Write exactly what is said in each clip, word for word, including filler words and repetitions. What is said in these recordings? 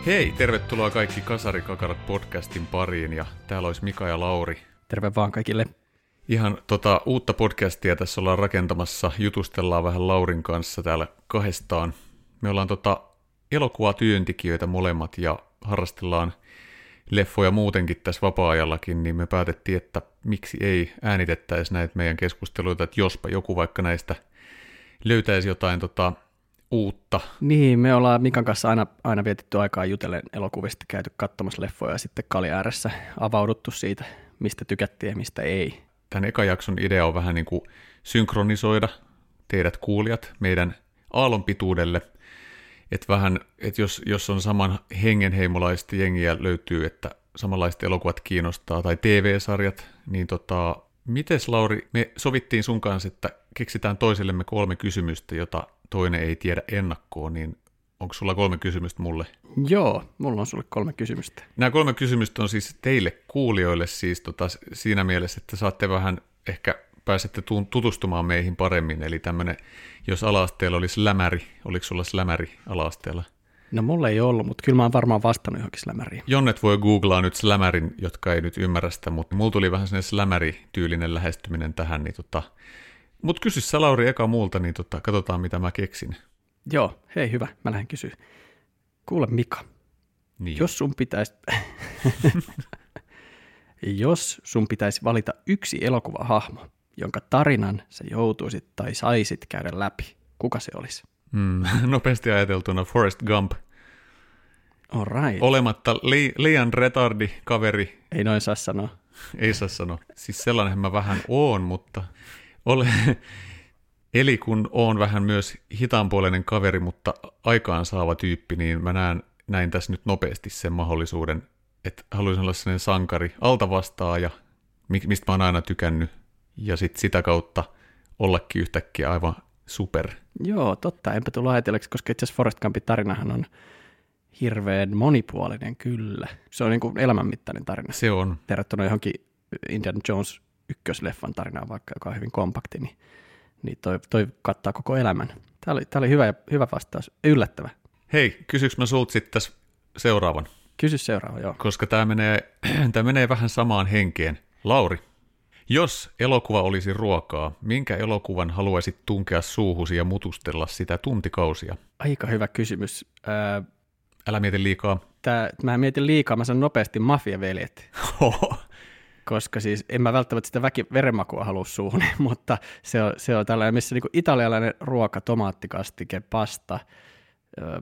Hei, tervetuloa kaikki Kasarikakarat podcastin pariin ja täällä olisi Mika ja Lauri. Terve vaan kaikille. Ihan tota, uutta podcastia tässä ollaan rakentamassa, jutustellaan vähän Laurin kanssa täällä kahdestaan. Me ollaan tota, elokuvatyöntekijöitä molemmat ja harrastellaan leffoja muutenkin tässä vapaa-ajallakin, niin me päätettiin, että miksi ei äänitettäisi näitä meidän keskusteluita, että jospa joku vaikka näistä löytäisi jotain tota, uutta. Niin, me ollaan Mikan kanssa aina, aina vietetty aikaa jutellen elokuvista, käyty katsomassa leffoja ja sitten kali ääressä avauduttu siitä, mistä tykättiin ja mistä ei. Tämän ekan jakson idea on vähän niin kuin synkronisoida teidät kuulijat meidän aallonpituudelle, että vähän, että jos, jos on saman hengenheimolaista jengiä löytyy, että samanlaiset elokuvat kiinnostaa tai T V-sarjat, niin tota, mites Lauri, me sovittiin sun kanssa, että keksitään toisellemme kolme kysymystä, jota toinen ei tiedä ennakkoon, niin onko sulla kolme kysymystä mulle? Joo, mulla on sulle kolme kysymystä. Nämä kolme kysymystä on siis teille kuulijoille siis tota, siinä mielessä, että saatte vähän ehkä pääsette tutustumaan meihin paremmin, eli tämmöinen, jos ala-asteella olisi lämäri, oliko sulla lämäri ala-asteella? No mulla ei ollut, mutta kyllä mä oon varmaan vastannut johonkin slämäriin. Jonnet voi googlaa nyt slämärin, jotka ei nyt ymmärrä sitä, mutta mulla tuli vähän sellainen slämäri-tyylinen lähestyminen tähän, niin tota, mutta kysy sä Lauri eka muulta, niin tota, katsotaan mitä mä keksin. Joo, hei hyvä, mä lähden kysyä. Kuule Mika, niin. jos sun pitäisi... Jos sun pitäisi valita yksi elokuvahahmo, jonka tarinan sä joutuisit tai saisit käydä läpi, kuka se olisi? Mm, nopeasti ajateltuna Forrest Gump. All right. Olematta li- liian retardi kaveri. Ei noin saa sanoa. Ei saa sanoa. Siis sellainen mä vähän oon, mutta ole... Eli kun oon vähän myös hitaanpuoleinen kaveri, mutta aikaansaava tyyppi, niin mä näen, näin tässä nyt nopeasti sen mahdollisuuden, että haluaisin olla sellainen sankari, altavastaaja, mistä mä oon aina tykännyt, ja sitten sitä kautta ollakin yhtäkkiä aivan super. Joo, totta. Enpä tullut ajatelleeksi, koska itse asiassa Forrest Gumpin tarinahan on hirveän monipuolinen kyllä. Se on niin kuin elämänmittainen tarina. Se on. Verrattuna johonkin Indiana Jones ykkösleffan tarinaan vaikka, joka on hyvin kompakti, niin, niin toi, toi kattaa koko elämän. Tämä oli, tämä oli hyvä, hyvä vastaus. Yllättävä. Hei, kysyks mä sulta sitten tässä seuraavan? Kysy seuraava, joo. Koska tämä menee, tämä menee vähän samaan henkeen. Lauri, jos elokuva olisi ruokaa, minkä elokuvan haluaisit tunkea suuhusi ja mutustella sitä tuntikausia? Aika hyvä kysymys. Öö, Älä mieti liikaa. Tää, mä mietin liikaa, mä sanon nopeasti Mafiaveljet. Koska siis en mä välttämättä sitä väki, verenmakua halua suuhun, mutta se on, se on tällainen, missä niinku italialainen ruoka, tomaattikastike, pasta, öö,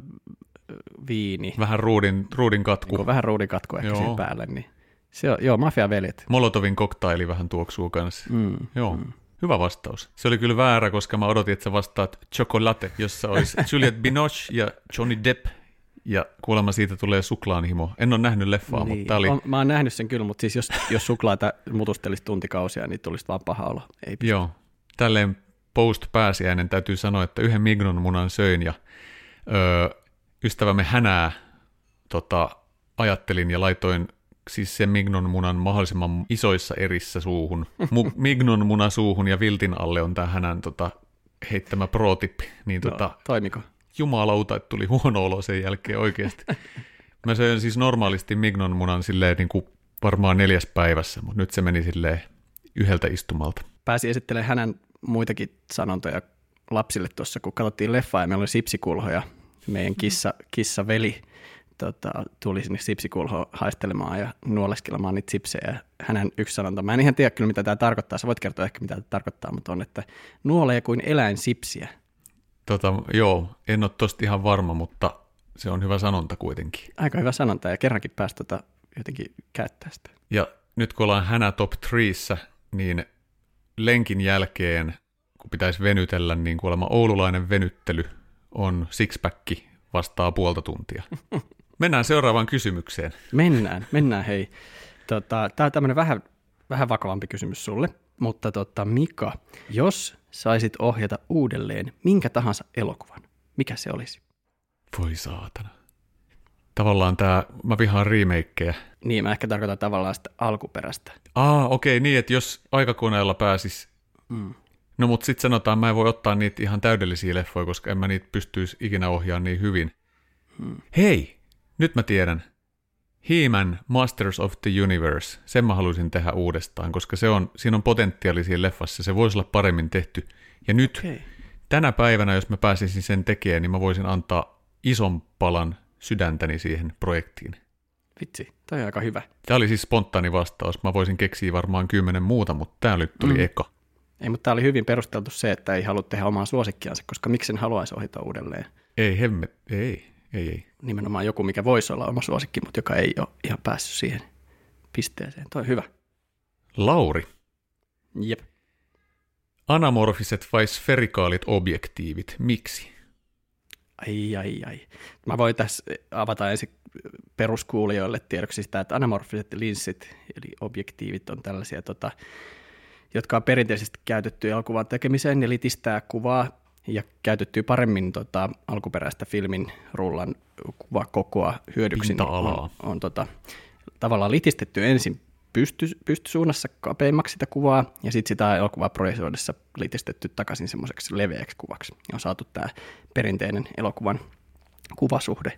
viini. Vähän ruudin, ruudin katku. Niin vähän ruudin katku ehkä siihen päälle. Niin. Se on, joo, Mafiaveljet. Molotovin koktaili vähän tuoksuu kanssa. Mm, joo, mm. Hyvä vastaus. Se oli kyllä väärä, koska mä odotin, että sä vastaat Chocolate, jossa olisi Juliette Binoche ja Johnny Depp. Ja kuulemma siitä tulee suklaanhimo. En ole nähnyt leffaa, niin, mutta oli... on, mä oon nähnyt sen kyllä, mutta siis jos, jos suklaata mutustelisi tuntikausia, niin tulisi vaan paha olo. Ei pysty. Joo, tälleen post-pääsiäinen täytyy sanoa, että yhden Mignon munan söin ja öö, ystävämme Hänää tota, ajattelin ja laitoin siis sen Mignon munan mahdollisimman isoissa erissä suuhun. Mu- Mignon muna suuhun ja viltin alle on tämä Hänän tota, heittämä pro-tippi. Niin, no, tota, toimiko? Jumalauta, että tuli huono olo sen jälkeen oikeasti. Mä söin siis normaalisti Mignon munan silleen niin kuin varmaan neljäs päivässä, mutta nyt se meni silleen yhdeltä istumalta. Pääsi esittelemään hänen muitakin sanontoja lapsille tuossa, kun katsottiin leffaa ja meillä oli sipsikulhoja. Meidän kissa, kissaveli tota, tuli sinne sipsikulhoon haistelemaan ja nuoleskelemaan niitä sipsejä. Hänen yksi sanonta, mä en ihan tiedä kyllä mitä tämä tarkoittaa, sä voit kertoa ehkä mitä tämä tarkoittaa, mutta on, että nuolee kuin eläin sipsiä. Tota, joo, en ole tosta ihan varma, mutta se on hyvä sanonta kuitenkin. Aika hyvä sanonta ja kerrankin pääsi tota jotenkin käyttää sitä. Ja nyt kun ollaan Hänä top threessä, niin lenkin jälkeen, kun pitäisi venytellä, niin kuulemma oululainen venyttely on sixpacki vastaa puolta tuntia. Mennään seuraavaan kysymykseen. Mennään, mennään hei. Tota, tämä on tämmöinen vähän, vähän vakavampi kysymys sulle, mutta tota, Mika, jos saisit ohjata uudelleen minkä tahansa elokuvan, mikä se olisi? Voi saatana. Tavallaan tämä, mä vihaan remakeja. Niin, mä ehkä tarkoitan tavallaan sitä alkuperäistä. Aa, okei, niin, että jos aikakoneella pääsis... Mm. No, mutta sitten sanotaan, mä en voi ottaa niitä ihan täydellisiä leffoja, koska en mä niitä pystyisi ikinä ohjaamaan niin hyvin. Mm. Hei, Nyt mä tiedän. He-Man Masters of the Universe. Sen mä haluaisin tehdä uudestaan, koska se on, siinä on potentiaali siinä leffassa. Se voisi olla paremmin tehty. Ja nyt okay. tänä päivänä, jos mä pääsisin sen tekemään, niin mä voisin antaa ison palan sydäntäni siihen projektiin. Vitsi, toi on aika hyvä. Tämä oli siis spontaani vastaus. Mä voisin keksiä varmaan kymmenen muuta, mutta tämä nyt tuli mm. eka. Ei, mutta tämä oli hyvin perusteltu se, että ei halua tehdä omaa suosikkiansa, koska miksi sen haluaisi ohjata uudelleen? Ei, hemme, ei, ei, ei. Nimenomaan joku, mikä voisi olla oma suosikki, mutta joka ei ole ihan päässyt siihen pisteeseen. Toi on hyvä. Lauri. Jep. Anamorfiset vai sferikaalit objektiivit. Miksi? Ai, ai, ai. Mä voin tässä avata ensin peruskuulijoille tiedoksi sitä, että anamorfiset linssit, eli objektiivit, on tällaisia, tota, jotka on perinteisesti käytetty elokuvan tekemiseen. Ne litistää kuvaa ja käytettyy paremmin tota, alkuperäistä filmin rullan kuvakokoa hyödyksi. Pinta-alaa. On, on tota, tavallaan litistetty ensin pysty, pystysuunnassa kapeimmaksi sitä kuvaa, ja sitten sitä elokuvaa projisoidessa litistetty takaisin semmoiseksi leveäksi kuvaksi. Ja on saatu tämä perinteinen elokuvan kuvasuhde.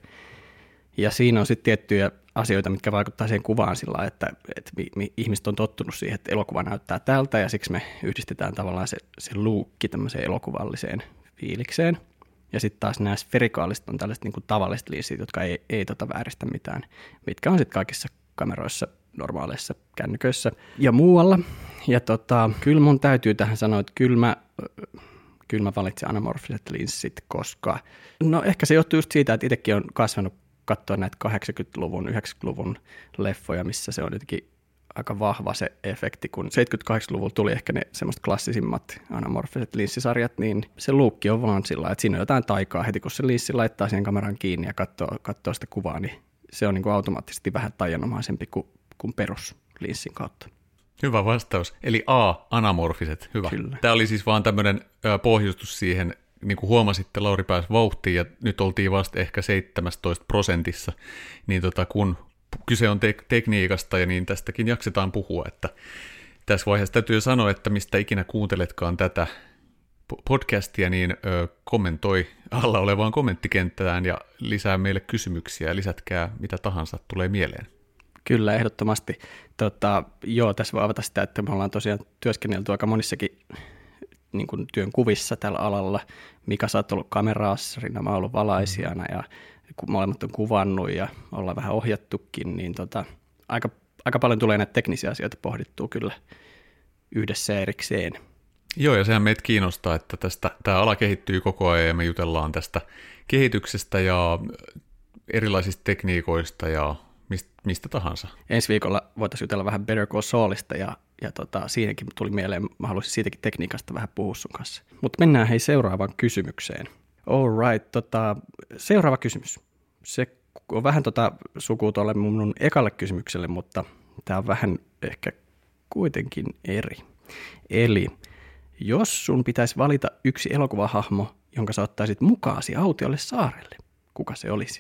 Ja siinä on sitten tiettyjä asioita, mitkä vaikuttaa siihen kuvaan sillä lailla, että, että ihmiset on tottunut siihen, että elokuva näyttää tältä, ja siksi me yhdistetään tavallaan se, se luukki tämmöiseen elokuvalliseen fiilikseen. Ja sitten taas nämä sferikaaliset on tällaiset niin kuin tavalliset linssit, jotka ei, ei tota vääristä mitään, mitkä on sitten kaikissa kameroissa, normaaleissa kännyköissä ja muualla. Ja tota, kyllä mun täytyy tähän sanoa, että kyllä mä, kyllä mä valitsen anamorfiset linssit, koska no ehkä se johtuu just siitä, että itsekin on kasvanut katsoa näitä kahdeksankymmentäluvun, yhdeksänkymmentäluvun leffoja, missä se on jotenkin aika vahva se efekti, kun seitsemänkymmentäkahdeksanluvulla tuli ehkä ne semmoista klassisimmat anamorfiset linssisarjat, niin se luukki on vaan sillä, että siinä on jotain taikaa heti, kun se linssi laittaa siihen kameran kiinni ja katsoo, katsoo sitä kuvaa, niin se on niin kuin automaattisesti vähän taianomaisempi kuin, kuin peruslinssin kautta. Hyvä vastaus. Eli A, anamorfiset. Hyvä. Kyllä. Tämä oli siis vaan tämmöinen pohjustus siihen, niin kuin huomasitte, Lauri pääsi vauhtiin ja nyt oltiin vasta ehkä seitsemäntoista prosentissa, niin tota, kun kyse on te- tekniikasta ja niin tästäkin jaksetaan puhua, että tässä vaiheessa täytyy sanoa, että mistä ikinä kuunteletkaan tätä podcastia, niin ö, kommentoi alla olevaan kommenttikenttään ja lisää meille kysymyksiä ja lisätkää mitä tahansa tulee mieleen. Kyllä, ehdottomasti. Tota, joo, tässä voi avata sitä, että me ollaan tosiaan työskennelty aika monissakin niin kuin työn kuvissa tällä alalla. Mika, sä oot ollut kamerassarina, mä oon ollut valaisijana ja kun molemmat on kuvannut ja ollaan vähän ohjattukin, niin tota, aika, aika paljon tulee näitä teknisiä asioita pohdittua kyllä yhdessä erikseen. Joo, ja sehän meitä kiinnostaa, että tästä, tämä ala kehittyy koko ajan ja me jutellaan tästä kehityksestä ja erilaisista tekniikoista ja mistä, mistä tahansa. Ensi viikolla voitaisiin jutella vähän Better Call Saulista ja, ja tota, siinäkin tuli mieleen, mä haluaisin siitäkin tekniikasta vähän puhua sun kanssa. Mutta mennään hei seuraavaan kysymykseen. All right, tota, seuraava kysymys. Se on vähän tota sukua tuolle mun ekalle kysymykselle, mutta tämä on vähän ehkä kuitenkin eri. Eli jos sun pitäisi valita yksi elokuvahahmo, jonka sä ottaisit mukaasi autiolle saarelle, kuka se olisi?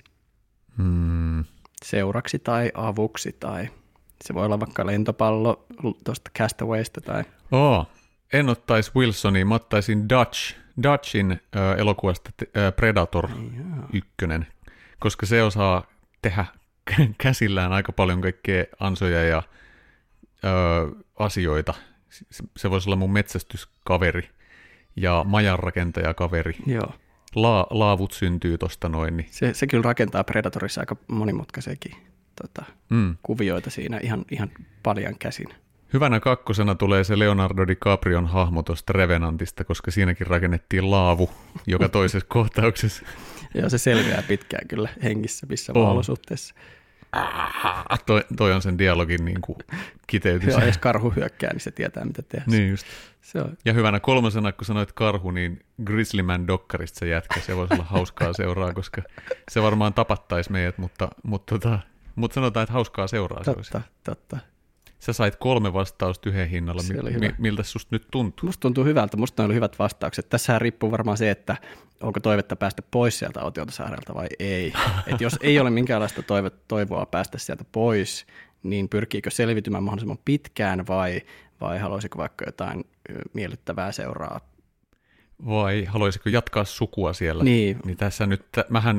Hmm. Seuraksi tai avuksi tai se voi olla vaikka lentopallo tuosta Castawaysta tai... Oh, en ottaisi Wilsonia, mä ottaisin Dutch, Dutchin äh, elokuvasta äh, Predator ykkönen, koska se osaa tehdä käsillään aika paljon kaikkea ansoja ja äh, asioita. Se voisi olla mun metsästyskaveri ja majanrakentajakaveri. Joo. La, laavut syntyy tosta noin. Niin. Se, se kyllä rakentaa Predatorissa aika monimutkaisiakin tota, mm. kuvioita siinä ihan, ihan paljon käsin. Hyvänä kakkosena tulee se Leonardo DiCaprion hahmo tuosta Revenantista, koska siinäkin rakennettiin laavu joka toisessa kohtauksessa. Joo, se selviää pitkään kyllä hengissä, missä oh. olosuhteessa. Toi, toi on sen dialogin niin kuin kiteytys. Joo, jos karhu hyökkää, niin se tietää, mitä tehdä. Niin just. Se on. Ja hyvänä kolmosena, kun sanoit karhu, niin Grizzlyman dokkarista se jätkä. Se voisi olla hauskaa seuraa, koska se varmaan tapattaisi meidät, mutta, mutta, mutta, mutta sanotaan, että hauskaa seuraa. Totta, totta. Sä sait kolme vastausta yhden hinnalla. Mi- miltä susta nyt tuntuu? Musta tuntuu hyvältä. Musta on ollut hyvät vastaukset. Tässähän riippuu varmaan se, että onko toivetta päästä pois sieltä Autiolta saarelta vai ei. Et jos ei ole minkäänlaista toive, toivoa päästä sieltä pois, niin pyrkiikö selvitymään mahdollisimman pitkään vai, vai haluaisiko vaikka jotain miellyttävää seuraa? Vai haluaisiko jatkaa sukua siellä? Niin. Niin tässä nyt, mähän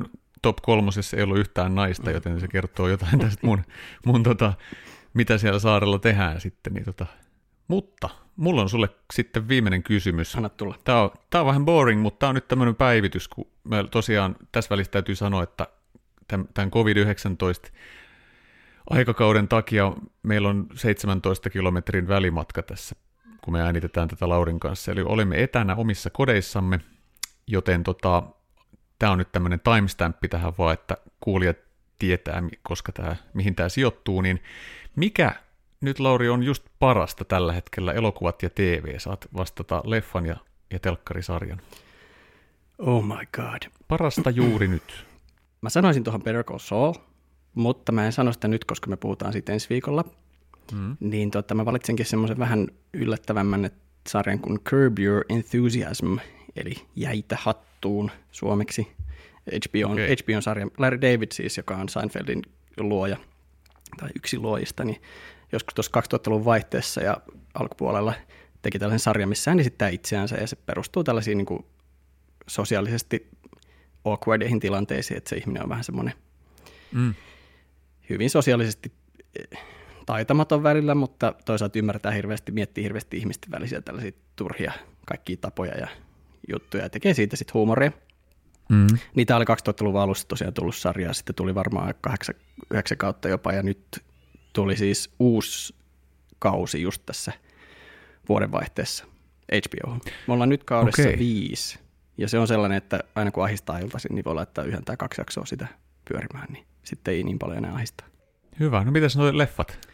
top kolmosessa ei ollut yhtään naista, joten se kertoo jotain tästä mun, mun tota, mitä siellä saarella tehdään sitten. Niin tota. Mutta mulla on sulle sitten viimeinen kysymys. Anna tulla. Tämä on, tämä on vähän boring, mutta tämä on nyt tämmöinen päivitys, kun me tosiaan tässä välissä täytyy sanoa, että tämän covid yhdeksäntoista aikakauden takia meillä on seitsemäntoista kilometrin välimatka tässä, kun me äänitetään tätä Laurin kanssa. Eli olemme etänä omissa kodeissamme, joten tota, tämä on nyt tämmöinen timestampi tähän vaan, että kuulijat tietää, koska tämä, mihin tämä sijoittuu, niin mikä nyt, Lauri, on just parasta tällä hetkellä, elokuvat ja T V? Saat vastata leffan ja, ja telkkarisarjan. Oh my god. Parasta juuri nyt. Mä sanoisin tuohon Better Call Saul, mutta mä en sano sitä nyt, koska me puhutaan siitä ensi viikolla. Mm. Niin tota, mä valitsenkin semmoisen vähän yllättävämmän sarjan kuin Curb Your Enthusiasm, eli Jäitä hattuun suomeksi. H B O, okay. H B O-sarja. Larry David siis, joka on Seinfeldin luoja, tai yksi luojista, niin joskus tuossa kaksituhattaluvun vaihteessa ja alkupuolella teki tällaisen sarjan, missä hän esittää itseänsä, ja se perustuu tällaisiin niin kuin sosiaalisesti awkwardeihin tilanteisiin, että se ihminen on vähän semmoinen mm. hyvin sosiaalisesti taitamaton välillä, mutta toisaalta ymmärtää hirveästi, miettii hirveästi ihmisten välisiä tällaisia turhia kaikkia tapoja ja juttuja ja tekee siitä sitten huumoria. Mm. Niitä oli kaksituhattaluvun alussa tosiaan tullut sarjaa, sitten tuli varmaan kahdeksan, yhdeksän kautta jopa, ja nyt tuli siis uusi kausi just tässä vuodenvaihteessa H B O. Me ollaan nyt kaudessa okay. viisi, ja se on sellainen, että aina kun ahistaa iltaisin, niin voi laittaa yhden tai kaksi jaksoa sitä pyörimään, niin sitten ei niin paljon enää ahistaa. Hyvä. No mitäs nuo leffat?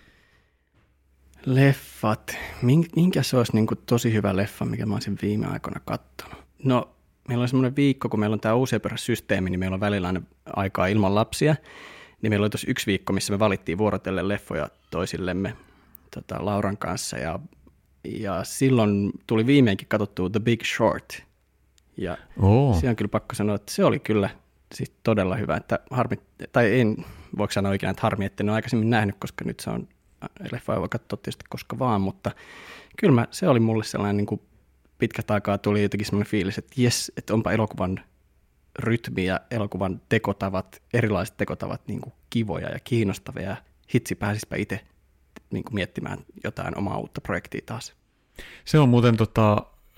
Leffat. Minkä se olisi niin kuin tosi hyvä leffa, mikä mä olisin viime aikoina katsonut? No, meillä on semmoinen viikko, kun meillä on tämä useaperäissysteemi, niin meillä on välillä aina aikaa ilman lapsia. Niin meillä oli tuossa yksi viikko, missä me valittiin vuorotellen leffoja toisillemme tota, Lauran kanssa. Ja, ja silloin tuli viimeinkin katsottua The Big Short. Ja oh. se on kyllä pakko sanoa, että se oli kyllä siis todella hyvä. Että harmi, tai en voiko sanoa oikein, että harmi, että en ole aikaisemmin nähnyt, koska nyt se on leffa, voi katsoa tietysti koska vaan. Mutta kyllä mä, se oli mulle sellainen niin kuin pitkästä aikaa tuli jotenkin sellainen fiilis, että jes, että onpa elokuvan rytmi ja elokuvan tekotavat, erilaiset tekotavat niin kuin kivoja ja kiinnostavia. Ja hitsi, pääsispä itse niin kuin miettimään jotain omaa uutta projektia taas. Se on muuten tota,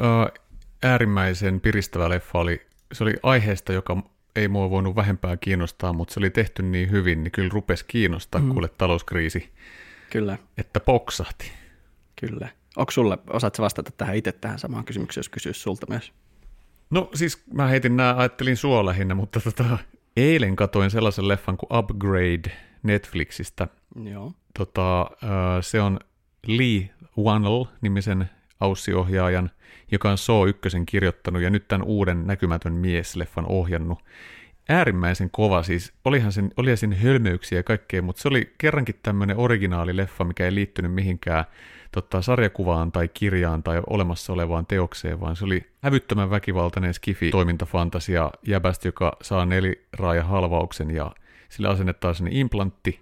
äärimmäisen piristävä leffa. Oli, se oli aiheesta, joka ei mua voinut vähempää kiinnostaa, mutta se oli tehty niin hyvin, niin kyllä rupesi kiinnostaa, mm. kuule talouskriisi. Kyllä. Että poksahti. Kyllä. Onko sulle, osaatko vastata tähän itse tähän samaan kysymykseen, jos kysyisi sulta myös? No siis mä heitin nämä, ajattelin sua lähinnä, mutta tota, eilen katoin sellaisen leffan kuin Upgrade Netflixistä. Joo. Tota, se on Lee Whannell-nimisen Aussi-ohjaajan, joka on Saw ykkösen kirjoittanut ja nyt tämän uuden Näkymätön mies-leffan ohjannut. Äärimmäisen kova, siis olihan sen, olihan sen hölmöyksiä ja kaikkea, mutta se oli kerrankin tämmöinen originaalileffa, mikä ei liittynyt mihinkään totta, sarjakuvaan tai kirjaan tai olemassa olevaan teokseen, vaan se oli hävyttömän väkivaltainen skifi-toimintafantasia jäbästä, joka saa neliraajahalvauksen ja sille asennetaan sen implantti,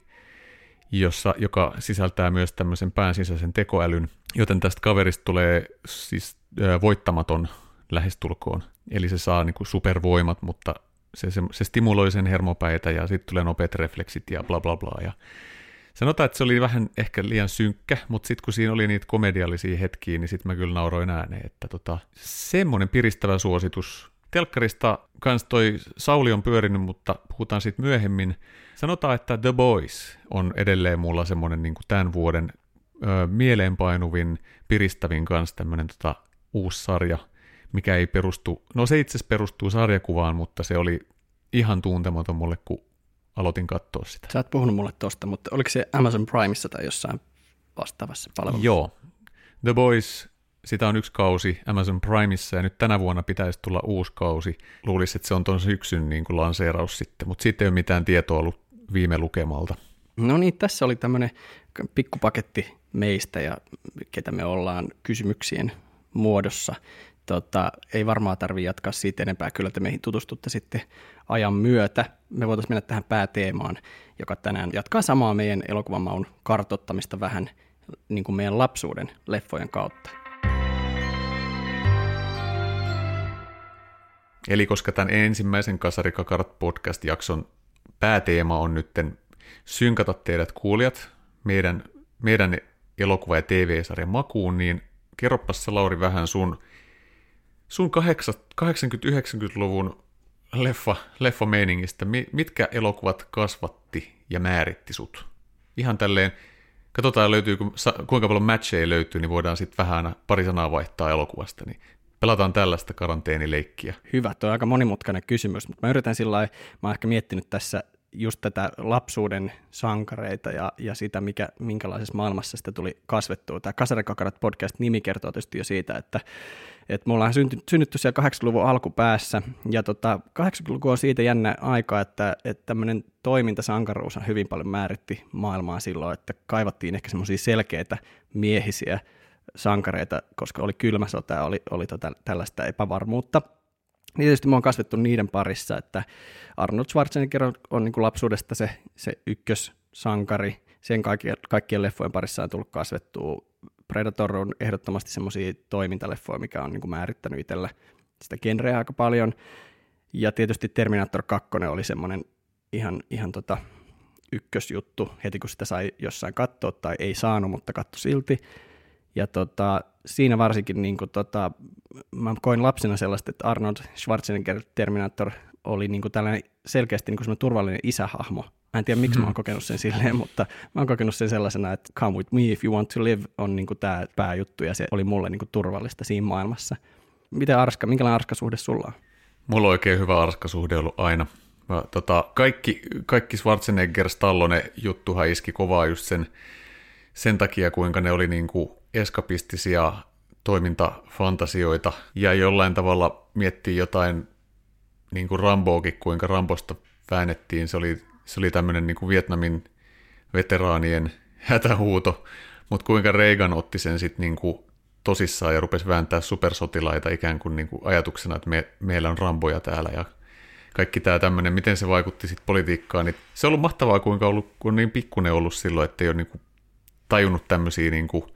jossa, joka sisältää myös tämmöisen pään sisäisen tekoälyn, joten tästä kaverista tulee siis äh, voittamaton lähestulkoon. Eli se saa niin kuin supervoimat, mutta se, se, se stimuloi sen hermopäitä ja sitten tulee nopeat refleksit ja bla bla bla. Ja sanotaan, että se oli vähän ehkä liian synkkä, mutta sitten kun siinä oli niitä komediallisia hetkiä, niin sitten mä kyllä nauroin ääneen, että tota, semmoinen piristävä suositus. Telkkarista kans toi Sauli on pyörinyt, mutta puhutaan siitä myöhemmin. Sanotaan, että The Boys on edelleen mulla semmoinen niin kuin tämän vuoden ö, mieleenpainuvin, piristävin kanssa tämmöinen tota, uusi sarja, mikä ei perustu, no se itse asiassa perustuu sarjakuvaan, mutta se oli ihan tuntematon mulle, kun aloitin katsoa sitä. Sä oot puhunut mulle tosta, mutta oliko se Amazon Primeissa tai jossain vastaavassa palvelussa? Joo. The Boys, sitä on yksi kausi Amazon Primeissa ja nyt tänä vuonna pitäisi tulla uusi kausi. Luulisin, että se on tuon syksyn niin kuin lanseeraus sitten, mutta siitä ei ole mitään tietoa ollut viime lukemalta. No niin, tässä oli tämmöinen pikkupaketti meistä ja ketä me ollaan kysymyksien muodossa. Tota, ei varmaan tarvitse jatkaa siitä enempää, kyllä te meihin tutustutte sitten ajan myötä. Me voitaisiin mennä tähän pääteemaan, joka tänään jatkaa samaa meidän elokuvamaun kartoittamista vähän niin kuin meidän lapsuuden leffojen kautta. Eli koska tämän ensimmäisen Kasarikakarat podcast-jakson pääteema on nytten synkata teidät kuulijat meidän, meidän elokuva- ja T V-sarjan makuun, niin kerropas sä, Lauri, vähän sun, sun kahdeksankymmentä-yhdeksänkymmentäluvun leffa, leffameiningistä. Mitkä elokuvat kasvatti ja määritti sut? Ihan tälleen, katsotaan löytyy, kuinka paljon matcheja löytyy, niin voidaan sitten vähän pari sanaa vaihtaa elokuvasta, niin pelataan tällaista karanteenileikkiä. Hyvä, tuo on aika monimutkainen kysymys, mutta mä yritän sillä lailla, mä oon ehkä miettinyt tässä just tätä lapsuuden sankareita ja, ja sitä, mikä, minkälaisessa maailmassa sitä tuli kasvettua. Tämä Kasarikakarat podcast-nimi kertoo tietysti jo siitä, että, että me ollaan synty, synnytty siellä kahdeksankymmentäluvun alkupäässä, ja tota, kahdeksankymmentäluku on siitä jännä aika, että, että tämmöinen toimintasankaruus hyvin paljon määritti maailmaa silloin, että kaivattiin ehkä semmoisia selkeitä miehisiä sankareita, koska oli kylmä sota ja oli, oli tota, tällaista epävarmuutta. Niin tietysti mä oon kasvettu niiden parissa, että Arnold Schwarzenegger on, on niin kuin lapsuudesta se, se ykkössankari. Sen kaikkien, kaikkien leffojen parissa on tullut kasvettua. Predator on ehdottomasti semmoisia toimintaleffoja, mikä on niin kuin määrittänyt itsellä sitä genreä aika paljon. Ja tietysti Terminator kaksi oli semmoinen ihan, ihan tota ykkösjuttu heti, kun sitä sai jossain katsoa tai ei saanut, mutta katso silti. Ja tota, siinä varsinkin niin kuin, tota, mä koin lapsena sellaista, että Arnold Schwarzenegger Terminator oli niin kuin tällainen selkeästi niin kuin turvallinen isähahmo. Mä en tiedä, miksi mä oon kokenut sen silleen, mutta mä oon kokenut sen sellaisena, että come with me if you want to live on niin kuin tämä pääjuttu, ja se oli mulle niin kuin turvallista siinä maailmassa. Miten Arska, minkälainen Arska-suhde sulla on? Mulla on oikein hyvä Arska-suhde ollut aina. Mä, tota, kaikki, kaikki Schwarzenegger-Stallone-juttuhan iski kovaa just sen, sen takia, kuinka ne oli niin kuin eskapistisia toimintafantasioita, ja jollain tavalla miettii jotain niin kuin Ramboakin, kuinka Rambosta väännettiin. Se oli, se oli tämmöinen niin kuin Vietnamin veteraanien hätähuuto, mutta kuinka Reagan otti sen sitten niin kuin tosissaan ja rupesi vääntää supersotilaita ikään kuin, niin kuin ajatuksena, että me, meillä on Ramboja täällä, ja kaikki tämä tämmöinen, miten se vaikutti sitten politiikkaan. Niin se on ollut mahtavaa, kuinka ollut, kun on niin pikkuinen ollut silloin, ettei ole niin kuin tajunnut tämmöisiä niin kuin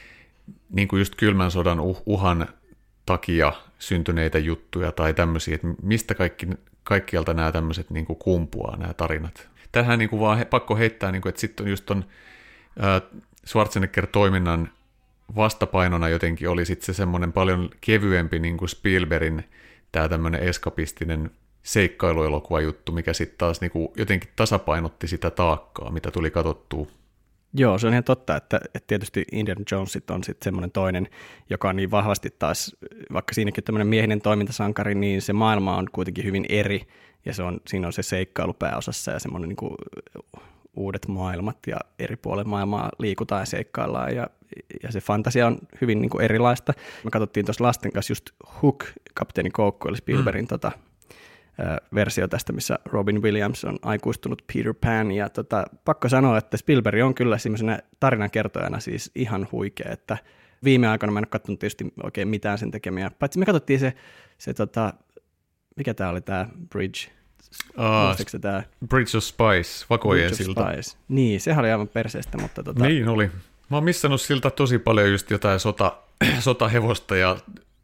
niin kuin just kylmän sodan uh, uhan takia syntyneitä juttuja tai tämmöisiä, että mistä kaikki, kaikkialta nämä tämmöiset niin kuin kumpuaa, nämä tarinat. Tähän niin kuin vaan he, pakko heittää, niin kuin, että sitten just ton äh, Schwarzenegger-toiminnan vastapainona jotenkin oli sitten se semmoinen paljon kevyempi niin kuin Spielbergin tämä tämmöinen eskapistinen seikkailuelokuva juttu, mikä sitten taas niin kuin jotenkin tasapainotti sitä taakkaa, mitä tuli katsottua. Joo, se on ihan totta, että, että tietysti Indiana Jones on sitten semmoinen toinen, joka on niin vahvasti taas, vaikka siinäkin tämmöinen miehinen toimintasankari, niin se maailma on kuitenkin hyvin eri, ja se on, siinä on se seikkailu pääosassa ja semmoinen niin kuin uudet maailmat, ja eri puolen maailmaa liikutaan ja seikkaillaan, ja, ja se fantasia on hyvin niin kuin erilaista. Me katsottiin tuossa lasten kanssa just Hook, Kapteeni Koukku, eli Spielbergin mm. tota, versio tästä, missä Robin Williams on aikuistunut Peter Pan, ja tota, pakko sanoa, että Spielberg on kyllä semmoisena tarinankertojana siis ihan huikea, että viime aikoina mä en ole katsonut tietysti oikein mitään sen tekemiä, paitsi me katsottiin se, se tota, mikä tää oli tää Bridge, uh, se tää? Bridge of Spies, Vakojen silta. Niin, sehän oli aivan perseestä, mutta tota... Niin oli. Mä oon missannut siltä tosi paljon just jotain sota, sotahevosta ja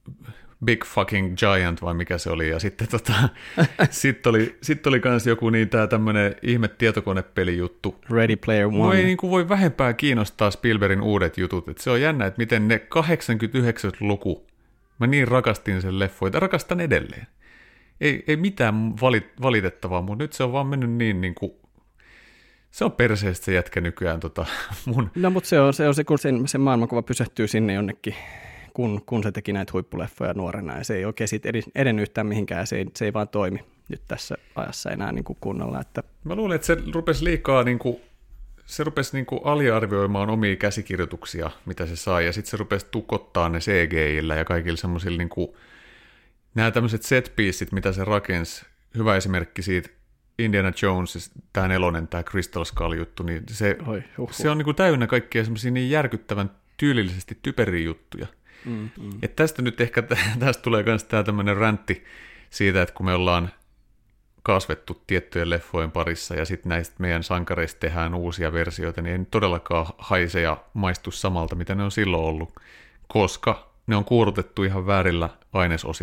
Big fucking giant vai mikä se oli, ja sitten tota, sit oli, sit oli kans joku niin tää tämmönen ihme tietokonepelijuttu. Ready Player One. Voi, niin kuin voi vähempää kiinnostaa Spielbergin uudet jutut, että se on jännä, että miten ne kahdeksankymmentäyhdeksänkymmentäluku, mä niin rakastin sen leffoita, rakastan edelleen. Ei, ei mitään valit, valitettavaa, mutta nyt se on vaan mennyt niin, niin kuin, se on perseestä se jätkä nykyään tota, mun. No mutta se on se, on se kun sen, sen maailmankuva pysähtyy sinne jonnekin, kun, kun se teki näitä huippuleffoja nuorena, ja se ei oikein siitä edennyt yhtään mihinkään, ja se ei, se ei vaan toimi nyt tässä ajassa enää niin kuin kunnolla. Että... Mä luulen, että se rupesi liikaa, niin kuin, se rupesi niin kuin aliarvioimaan omia käsikirjoituksia, mitä se sai, ja sitten se rupesi tukottaa ne C G I-llä ja kaikilla semmoisilla, niin kuin, nämä tämmöiset set-pieceit, mitä se rakensi, hyvä esimerkki siitä Indiana Jones, tämä nelonen, tämä Crystal Skull-juttu, niin se, Oi, se on niin kuin täynnä kaikkia semmoisia niin järkyttävän tyylillisesti typeriä juttuja. Mm, mm. Et tästä nyt ehkä, tästä tulee myös tämä tämmöinen räntti siitä, että kun me ollaan kasvettu tiettyjen leffojen parissa ja sitten näistä meidän sankareista tehdään uusia versioita, niin ei nyt todellakaan haise ja maistu samalta, mitä ne on silloin ollut, koska ne on kuorutettu ihan väärillä ainesosilla.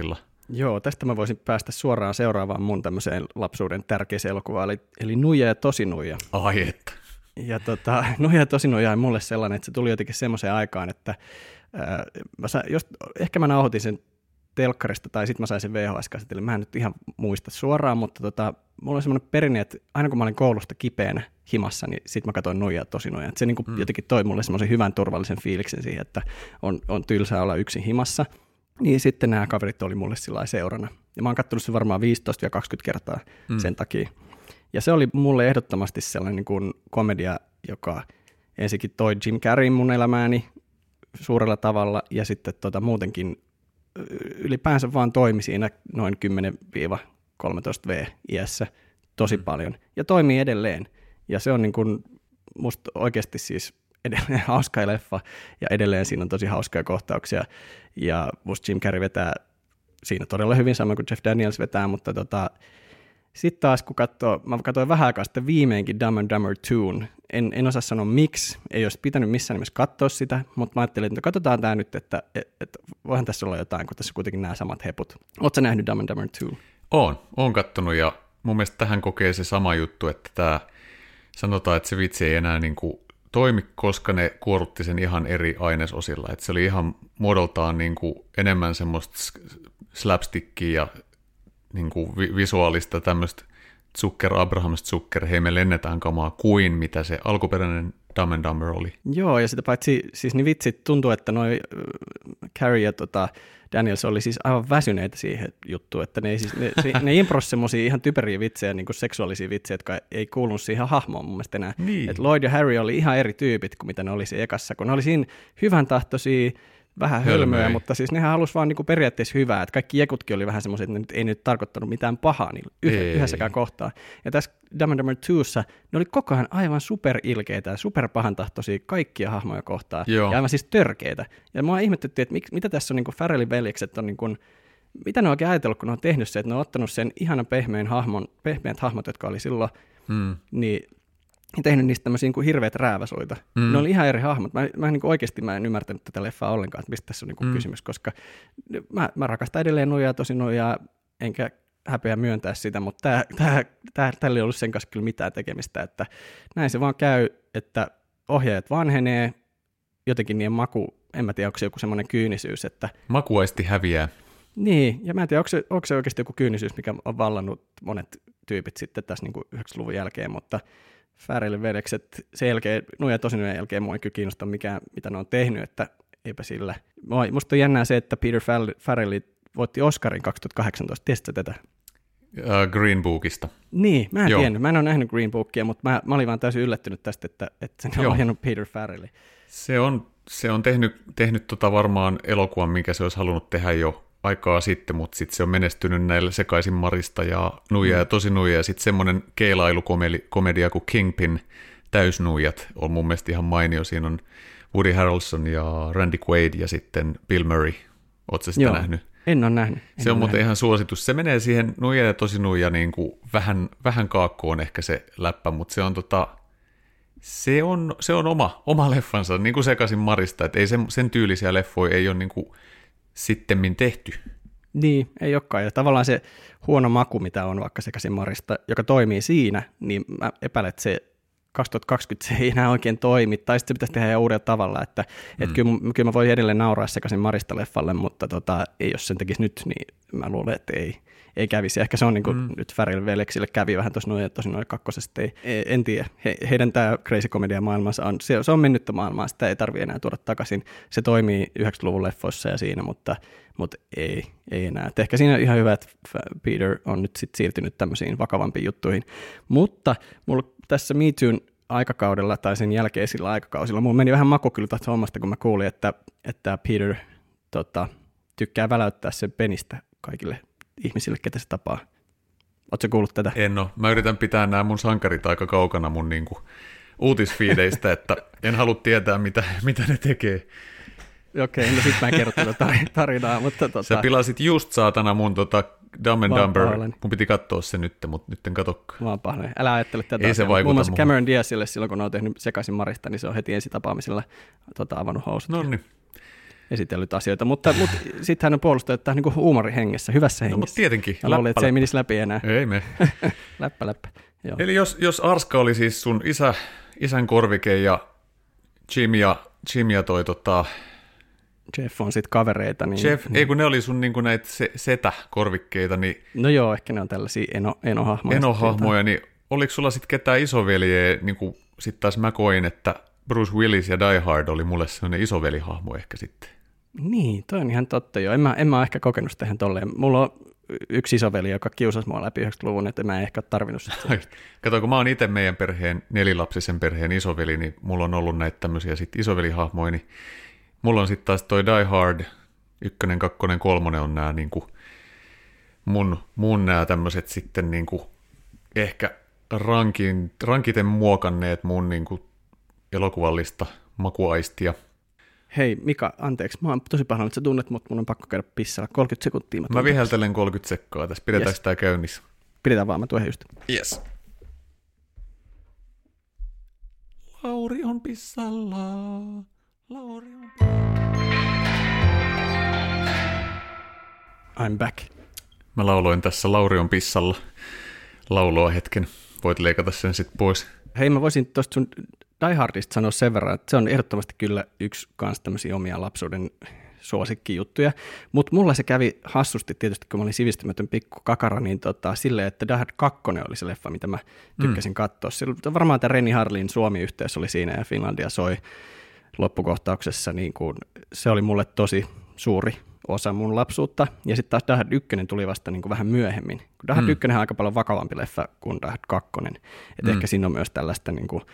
Joo, tästä mä voisin päästä suoraan seuraavaan mun tämmöiseen lapsuuden tärkeiseen elokuvaan, eli, eli Nuija ja Tosinuija. Ai että. Ja tota, Nuija ja Tosinuija on mulle sellainen, että se tuli jotenkin semmoiseen aikaan, että ää, mä sa, jos, ehkä mä nauhoitin sen telkkarista tai sitten mä sain sen V H S-kasetille. Mä en nyt ihan muista suoraan, mutta tota, mulla on semmoinen perinne, että aina kun mä olin koulusta kipeänä himassa, niin sit mä katsoin Nuijaa Tosinuijaa. Se niinku mm. jotenkin toi mulle semmoisen hyvän turvallisen fiiliksen siihen, että on, on tylsää olla yksin himassa. Niin sitten nämä kaverit oli mulle sillä seurana. Ja mä oon katsonut sen varmaan viisitoista kaksikymmentä kertaa mm. sen takia. Ja se oli mulle ehdottomasti sellainen niin kuin komedia, joka ensinnäkin toi Jim Carreyn mun elämääni suurella tavalla ja sitten tota muutenkin ylipäänsä vaan toimi siinä noin kymmenen kolmetoista vuotias-iässä tosi mm. paljon ja toimii edelleen. Ja se on niin kuin musta oikeasti siis edelleen hauska leffa ja edelleen siinä on tosi hauskoja kohtauksia ja musta Jim Carrey vetää siinä todella hyvin, sama kuin Jeff Daniels vetää, mutta tota, sitten taas kun katsoo, mä katsoin vähän aikaa sitten viimeinkin Dumb and Dumber two, en, en osaa sanoa miksi, ei olisi pitänyt missään nimessä katsoa sitä, mutta mä ajattelin, että katsotaan tämä nyt, että et, et, voihan tässä olla jotain, kun tässä kuitenkin nämä samat heput. Ootko sä nähnyt Dumb and Dumber two? Oon, oon kattonut ja mun mielestä tähän kokee se sama juttu, että tämä sanotaan, että se vitsi ei enää niin kuin toimi, koska ne kuorutti sen ihan eri ainesosilla, että se oli ihan muodoltaan niin kuin enemmän semmoista slapstickia ja niin kuin vi- visuaalista tämmöistä Zucker, Abraham Zucker, hei me lennetään kamaa kuin mitä se alkuperäinen Dumb and Dumber oli. Joo, ja sitä paitsi, siis niin vitsit tuntuu, että noi Carrey ja tota, Daniels oli siis aivan väsyneitä siihen juttuun, että ne, siis, ne, ne impros semmosia ihan typeriä vitsejä, niin kuin seksuaalisia vitsejä, jotka ei kuulunut siihen hahmoon mun mielestä enää. Niin. Että Lloyd ja Harry oli ihan eri tyypit kuin mitä ne oli siinä ekassa, kun ne oli siinä hyvän tahtoisia, vähän hölmöjä, mutta siis nehän halusi vaan niinku periaatteessa hyvää, että kaikki jekutkin oli vähän semmoisia, että ne nyt ei nyt tarkoittanut mitään pahaa niin yh- yhdessäkään kohtaa. Ja tässä Dumb and Dumber twossa ne oli koko ajan aivan superilkeitä ja superpahantahtoisia kaikkia hahmoja kohtaan Joo. ja aivan siis törkeitä. Ja mua ihmettyttiin, että mik, mitä tässä on niinku Farrellin veljekset on niinku, mitä ne on oikein ajatellut, kun ne on tehnyt se, että ne on ottanut sen ihanan pehmeän hahmon, pehmeät hahmot, jotka oli silloin, hmm. niin ja tehnyt niistä tämmöisiä niin kuin hirveät rääväsuita. Mm. Ne oli ihan eri hahmot. Mä, mä niin kuin oikeasti mä en ymmärtänyt tätä leffaa ollenkaan, että mistä tässä on niin kuin mm. kysymys, koska mä, mä rakastan edelleen Nuijaa tosi Nuijaa, enkä häpeä myöntää sitä, mutta tää, tää, tää, tällä ei ollut sen kanssa kyllä mitään tekemistä, että näin se vaan käy, että ohjaajat vanhenee, jotenkin niiden maku, en mä tiedä, onko se joku semmoinen kyynisyys, että makuaisti häviää. Niin, ja mä en tiedä, onko se, onko se oikeasti joku kyynisyys, mikä on vallannut monet tyypit sitten tässä niin kuin yhdeksänkymmentäluvun jälkeen, mutta Farrellin veljekset, sen jälkeen, Nuija Tosinuijan jälkeen mua ei kyllä kiinnosta mikään, mitä ne on tehnyt, että eipä sillä. Musta on jännää se, että Peter Farrell voitti Oscarin kaksituhattakahdeksantoista. Tiesitkö tätä? Uh, Green Bookista. Niin, mä en Joo. tiennyt. Mä en ole nähnyt Green Bookia, mutta mä, mä olin vaan täysin yllättynyt tästä, että, että sen on ohjannut Peter Farrell. Se on, se on tehnyt, tehnyt tota varmaan elokuvan, minkä se olisi halunnut tehdä jo aikaa sitten, mutta sitten se on menestynyt näillä Sekaisin Marista ja Nuija ja Tosi Nuija, ja sitten semmoinen keilailukomedia kuin Kingpin, Täysnuijat, on mun mielestä ihan mainio. Siinä on Woody Harrelson ja Randy Quaid ja sitten Bill Murray. Ootko sitä Joo, nähnyt? En ole nähnyt. En se on ole muuten nähnyt. ihan suositus. Se menee siihen Nuija ja Tosi Nuija niin kuin vähän, vähän kaakkoon ehkä se läppä, mutta se on tota... Se on, se on oma, oma leffansa, niin kuin Sekaisin Marista, että ei sen, sen tyylisiä leffoja ei ole niin kuin sittemmin tehty. Niin, ei olekaan. Ja tavallaan se huono maku, mitä on vaikka Sekaisin Marista, joka toimii siinä, niin mä epäilen, että se kaksituhattakaksikymmentä se ei enää oikein toimi, tai sitten se pitäisi tehdä ihan uudella tavalla, että mm. et kyllä, kyllä mä voin edelleen nauraa Sekaisin Marista leffalle, mutta tota, ei, jos sen tekisi nyt, niin mä luulen, että ei, ei kävisi. Ehkä se on niin kuin mm. nyt Farrell veljeksille kävi vähän tuossa noin, tosi noin kakkosesta, ei, en tiedä. He, heidän tämä crazy komedia maailmansa on, se, se on mennyttä maailmaa, sitä ei tarvitse enää tuoda takaisin. Se toimii yhdeksänkymmentäluvun leffoissa ja siinä, mutta, mutta ei, ei enää. Et ehkä siinä on ihan hyvä, että Peter on nyt sit siirtynyt tämmöisiin vakavampiin juttuihin. Mutta mulla tässä Me Toon aikakaudella tai sen jälkeisillä aikakausilla, mulla meni vähän maku kyllä tästä hommasta, kun mä kuulin, että, että Peter tota, tykkää väläyttää sen penistä kaikille ihmisille, ketä se tapaa. Ootko kuullut tätä? En ole. Mä yritän pitää nämä mun sankarit aika kaukana mun niinku uutisfiideistä, että en halua tietää, mitä, mitä ne tekee. Okei, okay, no sit mä en kerro tätä tarinaa, mutta tota... Sä pilasit just saatana mun tota Dumb and Dumber. Mun piti katsoa se nyt, mutta nyt en katsokaan. Mä oon pahoin. Älä ajattele tätä. Ei se vaikuta muun muassa muhun. Cameron Diazille silloin, kun ne on tehnyt Sekaisin Marista, niin se on heti ensitapaamisella tota, avannut housut. No niin. esitellyt asioita, mutta, mutta sitten hän on puolustanut tähän niin huumorihengessä, hyvässä hengessä. No, mutta tietenkin. Mä luulin, että se ei menisi läpi enää. Ei me. läppä, läppä. Joo. Eli jos, jos Arska oli siis sun isä, isän korvike ja Jim ja, Jim ja toi tota... Jeff on sitten kavereita. Niin, Jeff, niin. ei kun ne oli sun niin näitä se, setä-korvikkeita, niin... No joo, ehkä ne on tällaisia eno, enohahmoja. Enohahmoja, niin oliko sulla sitten ketään isoveljeä, niin kuin sitten taas mä koin, että Bruce Willis ja Die Hard oli mulle sellainen isovelihahmo ehkä sitten. Niin, toi on ihan totta jo. En mä, en mä ehkä kokenut sitä ihan tolleen. Mulla on yksi isoveli, joka kiusasi mua läpi yhdeksänkymmentäluvun, että mä en ehkä ole tarvinnut sitä. Kato, kun mä oon itse meidän perheen, nelilapsisen perheen isoveli, niin mulla on ollut näitä tämmöisiä sitten isovelihahmoja, niin mulla on sitten taas toi Die Hard, ykkönen, kakkonen, kolmonen on nämä niinku mun, mun nämä tämmöiset sitten niinku ehkä rankin, rankiten muokanneet mun niinku elokuvallista makuaistia. Hei Mika, anteeksi, mä oon tosi pahoillani, että sä tunnet, mutta mun on pakko käydä pissalla kolmekymmentä sekuntia. Mä, mä viheltelen kolmekymmentä sekkaa tässä, pidetäänkö yes. Tää käynnissä? Pidetään vaan, mä tuon just. Yes. Lauri on pissalla. Lauri on pissalla. I'm back. Mä lauloin tässä Lauri on pissalla laulua hetken. Voit leikata sen sitten pois. Hei, mä voisin tuosta sun Die Hardista sanoa sen verran, että se on ehdottomasti kyllä yksi kans tämmöisiä omia lapsuuden suosikkijuttuja, mutta mulla se kävi hassusti tietysti, kun mä olin sivistymätön pikku kakara, niin tota, silleen, että Die Hard kaksi oli se leffa, mitä mä tykkäsin mm. katsoa. Silloin, varmaan tämä Renny Harlin Suomi-yhteys oli siinä ja Finlandia soi loppukohtauksessa, niin kuin, se oli mulle tosi suuri osa mun lapsuutta, ja sitten taas Die Hard yksi tuli vasta niin kuin vähän myöhemmin. Die Hard mm. yksi on aika paljon vakavampi leffa kuin Die Hard kaksi, että mm. ehkä siinä on myös tällaista niin kuin,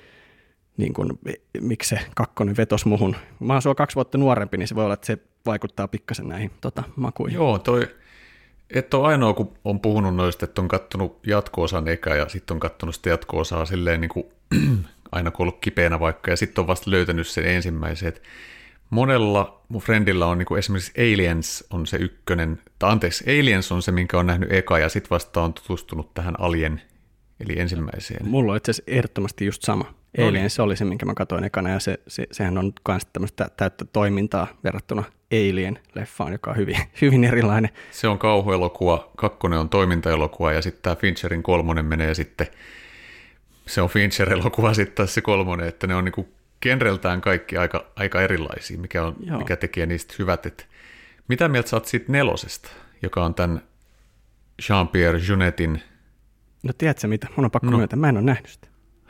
niin kuin, miksi se kakkonen vetosi muhun. Mä oon sua kaksi vuotta nuorempi, niin se voi olla, että se vaikuttaa pikkasen näihin tota, makuihin. Joo, toi, et ole ainoa, kun on puhunut noista, että on kattonut jatko-osan eka ja sitten on kattonut sitä jatko-osaa silleen niin kuin, aina kun ollut kipeänä vaikka, ja sitten on vasta löytänyt sen ensimmäisen. Et monella mun friendillä on niin kuin esimerkiksi Aliens on se ykkönen, tai anteeksi, Aliens on se, minkä on nähnyt eka, ja sitten vasta on tutustunut tähän Alien, eli ensimmäiseen. Mulla on itse asiassa ehdottomasti just sama. No Alien, niin. Se oli se, minkä mä katsoin ekana, ja se, se, sehän on myös tämmöistä täyttä toimintaa verrattuna Alien-leffaan, joka on hyvin, hyvin erilainen. Se on kauhuelokuva, kakkonen on toimintaelokuva, ja sitten tämä Fincherin kolmonen menee sitten, se on Fincher-elokuva sitten taas se kolmonen, että ne on niinku genreltään kaikki aika, aika erilaisia, mikä, on, mikä tekee niistä hyvät. Et mitä mieltä sä oot siitä nelosesta, joka on tämän Jean-Pierre Jeunetin? No tiedätkö mitä, mun on pakko no. myöntää, mä en ole nähnyt sitä.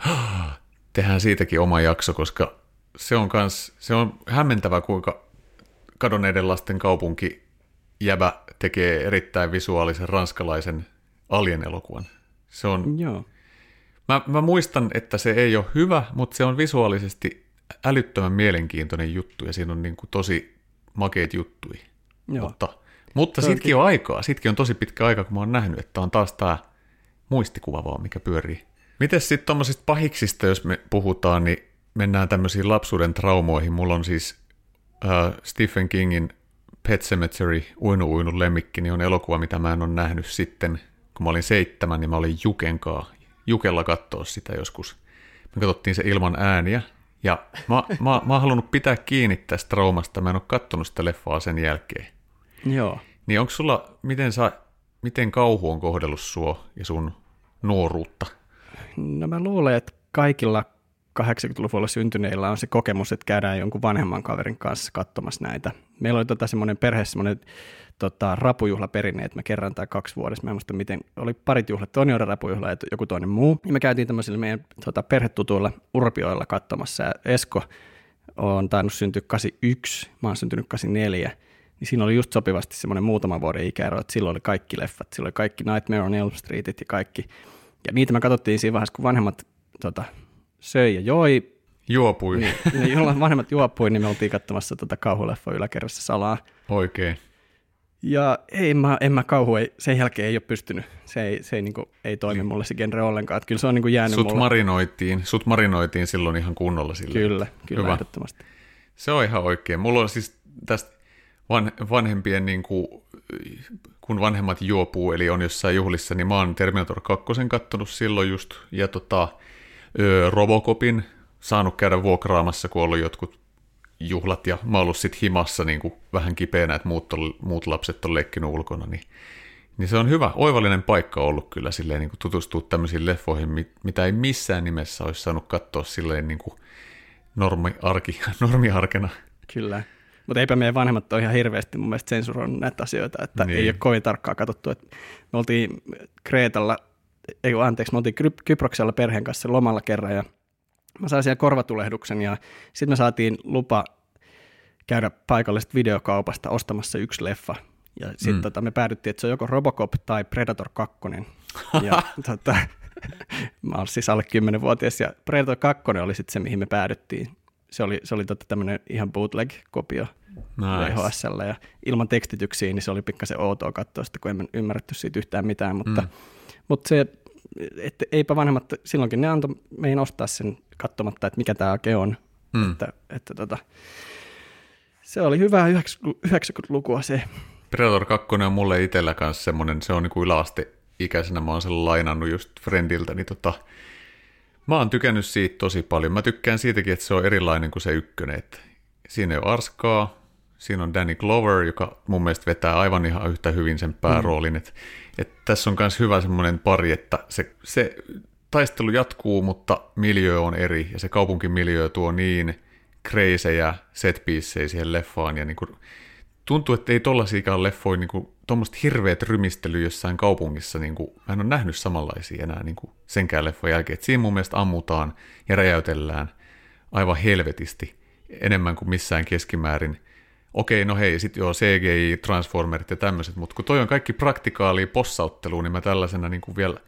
Tehdään siitäkin oma jakso, koska se on, kans, se on hämmentävä, kuinka kadonneiden lasten kaupunki jäbä tekee erittäin visuaalisen ranskalaisen Alien-elokuvan. Se on, Joo. Mä, mä muistan, että se ei ole hyvä, mutta se on visuaalisesti älyttömän mielenkiintoinen juttu, ja siinä on niin kuin tosi makeat juttuja. Joo. Mutta, mutta sitkin on aikaa, sitkin on tosi pitkä aika, kun mä oon nähnyt, että on taas tämä muistikuva vaan, mikä pyörii. Mites sitten tuommoisista pahiksista, jos me puhutaan, niin mennään tämmöisiin lapsuuden traumoihin. Mulla on siis äh, Stephen Kingin Pet Sematary, Uinu Uinu lemmikki, niin on elokuva, mitä mä en ole nähnyt sitten, kun mä olin seitsemän, niin mä olin Jukenkaa, Jukella katsoa sitä joskus. Me katsottiin se ilman ääniä, ja mä, mä, mä oon halunnut pitää kiinni tästä traumasta, mä en ole katsonut sitä leffaa sen jälkeen. Joo. Niin onko sulla, miten, sä, miten kauhu on kohdellut sua ja sun nuoruutta? No mä luulen, että kaikilla kahdeksankymmentäluvulla syntyneillä on se kokemus, että käydään jonkun vanhemman kaverin kanssa katsomassa näitä. Meillä oli tota semmoinen perhe, semmoinen tota, rapujuhlaperinne, että me kerran tai kaksi vuodessa, mä en muista miten, oli parit juhlat, toinen oli rapujuhla ja joku toinen muu. Ja me käytiin tämmöisillä meidän tota, perhetutuilla Urpioilla katsomassa, ja Esko on tainnut syntyä kahdeksankymmentäyksi, mä oon syntynyt kahdeksankymmentäneljä, niin siinä oli just sopivasti semmoinen muutaman vuoden ikäero, että silloin oli kaikki leffat, silloin oli kaikki Nightmare on Elm Streetit ja kaikki. Ja niitä me katsottiin siinä vaiheessa, kun vanhemmat tota, söi ja joi. Juopui. Niin, niin jolloin vanhemmat juopui, niin me oltiin katsomassa tota kauhuleffa yläkerrassa salaa. Oikein. Ja ei, mä, en mä kauhu, ei, sen jälkeen ei ole pystynyt. Se ei, se ei, niin kuin, ei toimi niin. mulle se genre ollenkaan. Että kyllä se on niin kuin jäänyt sut mulle. Marinoitiin, sut marinoitiin silloin ihan kunnolla sille. Kyllä, kyllä ehdottomasti. Se on ihan oikein. Mulla on siis tästä van, vanhempien, niin kuin, kun vanhemmat juopuu, eli on jossain juhlissa, niin mä oon Terminator kaksi kattonut silloin just, ja tota, ö, Robocopin saanut käydä vuokraamassa, kun on ollut jotkut juhlat ja mä oon ollut sit himassa niin kuin vähän kipeänä, että muut, on, muut lapset on leikkinyt ulkona, niin, niin se on hyvä, oivallinen paikka ollut kyllä silleen niin kuin tutustua tämmöisiin leffoihin, mitä ei missään nimessä olisi saanut katsoa silleen niin kuin normi-arki, normiarkena. Kyllä. Mutta eipä meidän vanhemmat ole ihan hirveästi mun mielestä sensuroinut näitä asioita, että niin. Ei ole kovin tarkkaan katsottu. Että me oltiin Kreetalla, ei anteeksi, me oltiin Kyproksella perheen kanssa lomalla kerran ja mä sain siellä korvatulehduksen ja sitten me saatiin lupa käydä paikallisesta videokaupasta ostamassa yksi leffa. Ja sitten mm. tota, me päädyttiin, että se on joko Robocop tai Predator kaksi. Ja tota, mä olin siis alle kymmenvuotias ja Predator kaksi oli sitten se, mihin me päädyttiin. Se oli, se oli tota tämmöinen ihan bootleg-kopio nice. V H S:llä ja ilman tekstityksiä, niin se oli pikkasen outoa katsoa sitä, kun en ymmärretty siitä yhtään mitään, mutta, mm. mutta se, että eipä vanhemmat, silloinkin ne antoi meidän ostaa sen katsomatta, että mikä tämä oikein on, mm. että, että tota, se oli hyvää yhdeksänkymmentälukua se. Predator kaksi on mulle itsellä kanssa semmoinen, se on niin kuin yläasteikäisenä, mä oon sen lainannut just friendiltä, niin tota, mä oon tykännyt siitä tosi paljon. Mä tykkään siitäkin, että se on erilainen kuin se ykkönen. Että siinä ei ole arskaa, siinä on Danny Glover, joka mun mielestä vetää aivan ihan yhtä hyvin sen pääroolin. Mm. Että, että tässä on myös hyvä semmoinen pari, että se, se taistelu jatkuu, mutta miljö on eri. Ja se kaupunkimiljö tuo niin kreisejä setpiissejä siihen leffaan. Ja niin kuin, tuntuu, että ei tollaisiakaan leffoja niin tuommoista hirveät rymistelyä jossain kaupungissa, niin kuin, mä en ole nähnyt samanlaisia enää niin kuin senkään leffon jälkeen. Että siinä mun mielestä ammutaan ja räjäytellään aivan helvetisti enemmän kuin missään keskimäärin. Okei, no hei, sitten joo, C G I, Transformerit ja tämmöiset, mutta kun toi on kaikki praktikaalia possauttelua, niin mä tällaisena niin kuin vielä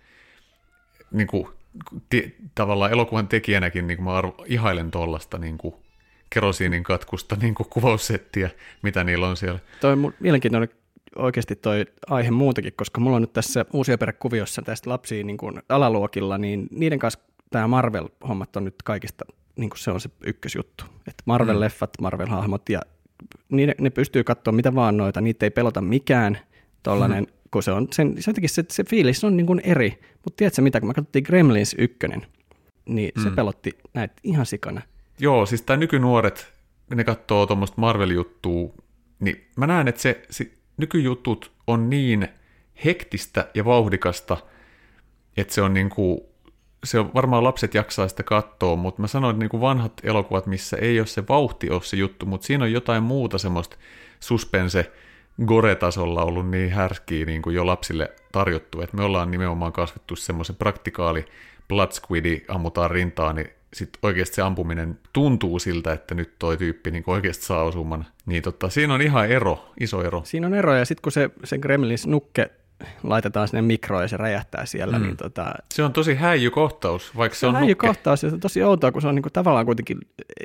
niin kuin, te, tavallaan elokuvan tekijänäkin niin kuin mä arvo, ihailen tollasta niin kuin kerosiinin katkusta niin kuin kuvaussettiä, mitä niillä on siellä. Toi on mielenkiintoinen oikeasti toi aihe muutakin, koska mulla on nyt tässä uusioperäkuviossa tästä lapsia niin kuin alaluokilla, niin niiden kanssa tämä Marvel-hommat on nyt kaikista, niin kuin se on se ykkösjuttu. Että Marvel-leffat, Marvel-hahmot, ja niiden, ne pystyy katsoa mitä vaan noita, niitä ei pelota mikään tollainen, hmm. kun se on, sen, se jotenkin se, se fiilis on niin kuin eri. Mutta tiedätkö mitä, kun me katsottiin Gremlins ykkönen, niin se hmm. pelotti näitä ihan sikana. Joo, siis tämä nykynuoret, ne katsoo tuommoista Marvel-juttua, niin mä näen, että se, se nykyjutut on niin hektistä ja vauhdikasta, että se on niin kuin, se on varmaan lapset jaksaa sitä katsoa, mutta mä sanoin, että niin kuin vanhat elokuvat, missä ei ole se vauhti ole se juttu, mutta siinä on jotain muuta semmoista suspense gore-tasolla ollut niin härskiä niin kuin jo lapsille tarjottu, että me ollaan nimenomaan kasvettu semmoisen praktikaali blood squidi, ammutaan rintaan, niin sitten oikeasti se ampuminen tuntuu siltä, että nyt toi tyyppi niin oikeasti saa osuman. Niin totta, siinä on ihan ero, iso ero. Siinä on ero, ja sitten kun se, se Gremlins nukke laitetaan sinne mikroon ja se räjähtää siellä, mm. niin tota... Se on tosi häijykohtaus, vaikka se, se on häijykohtaus, ja se on tosi outoa, kun se on niinku tavallaan kuitenkin,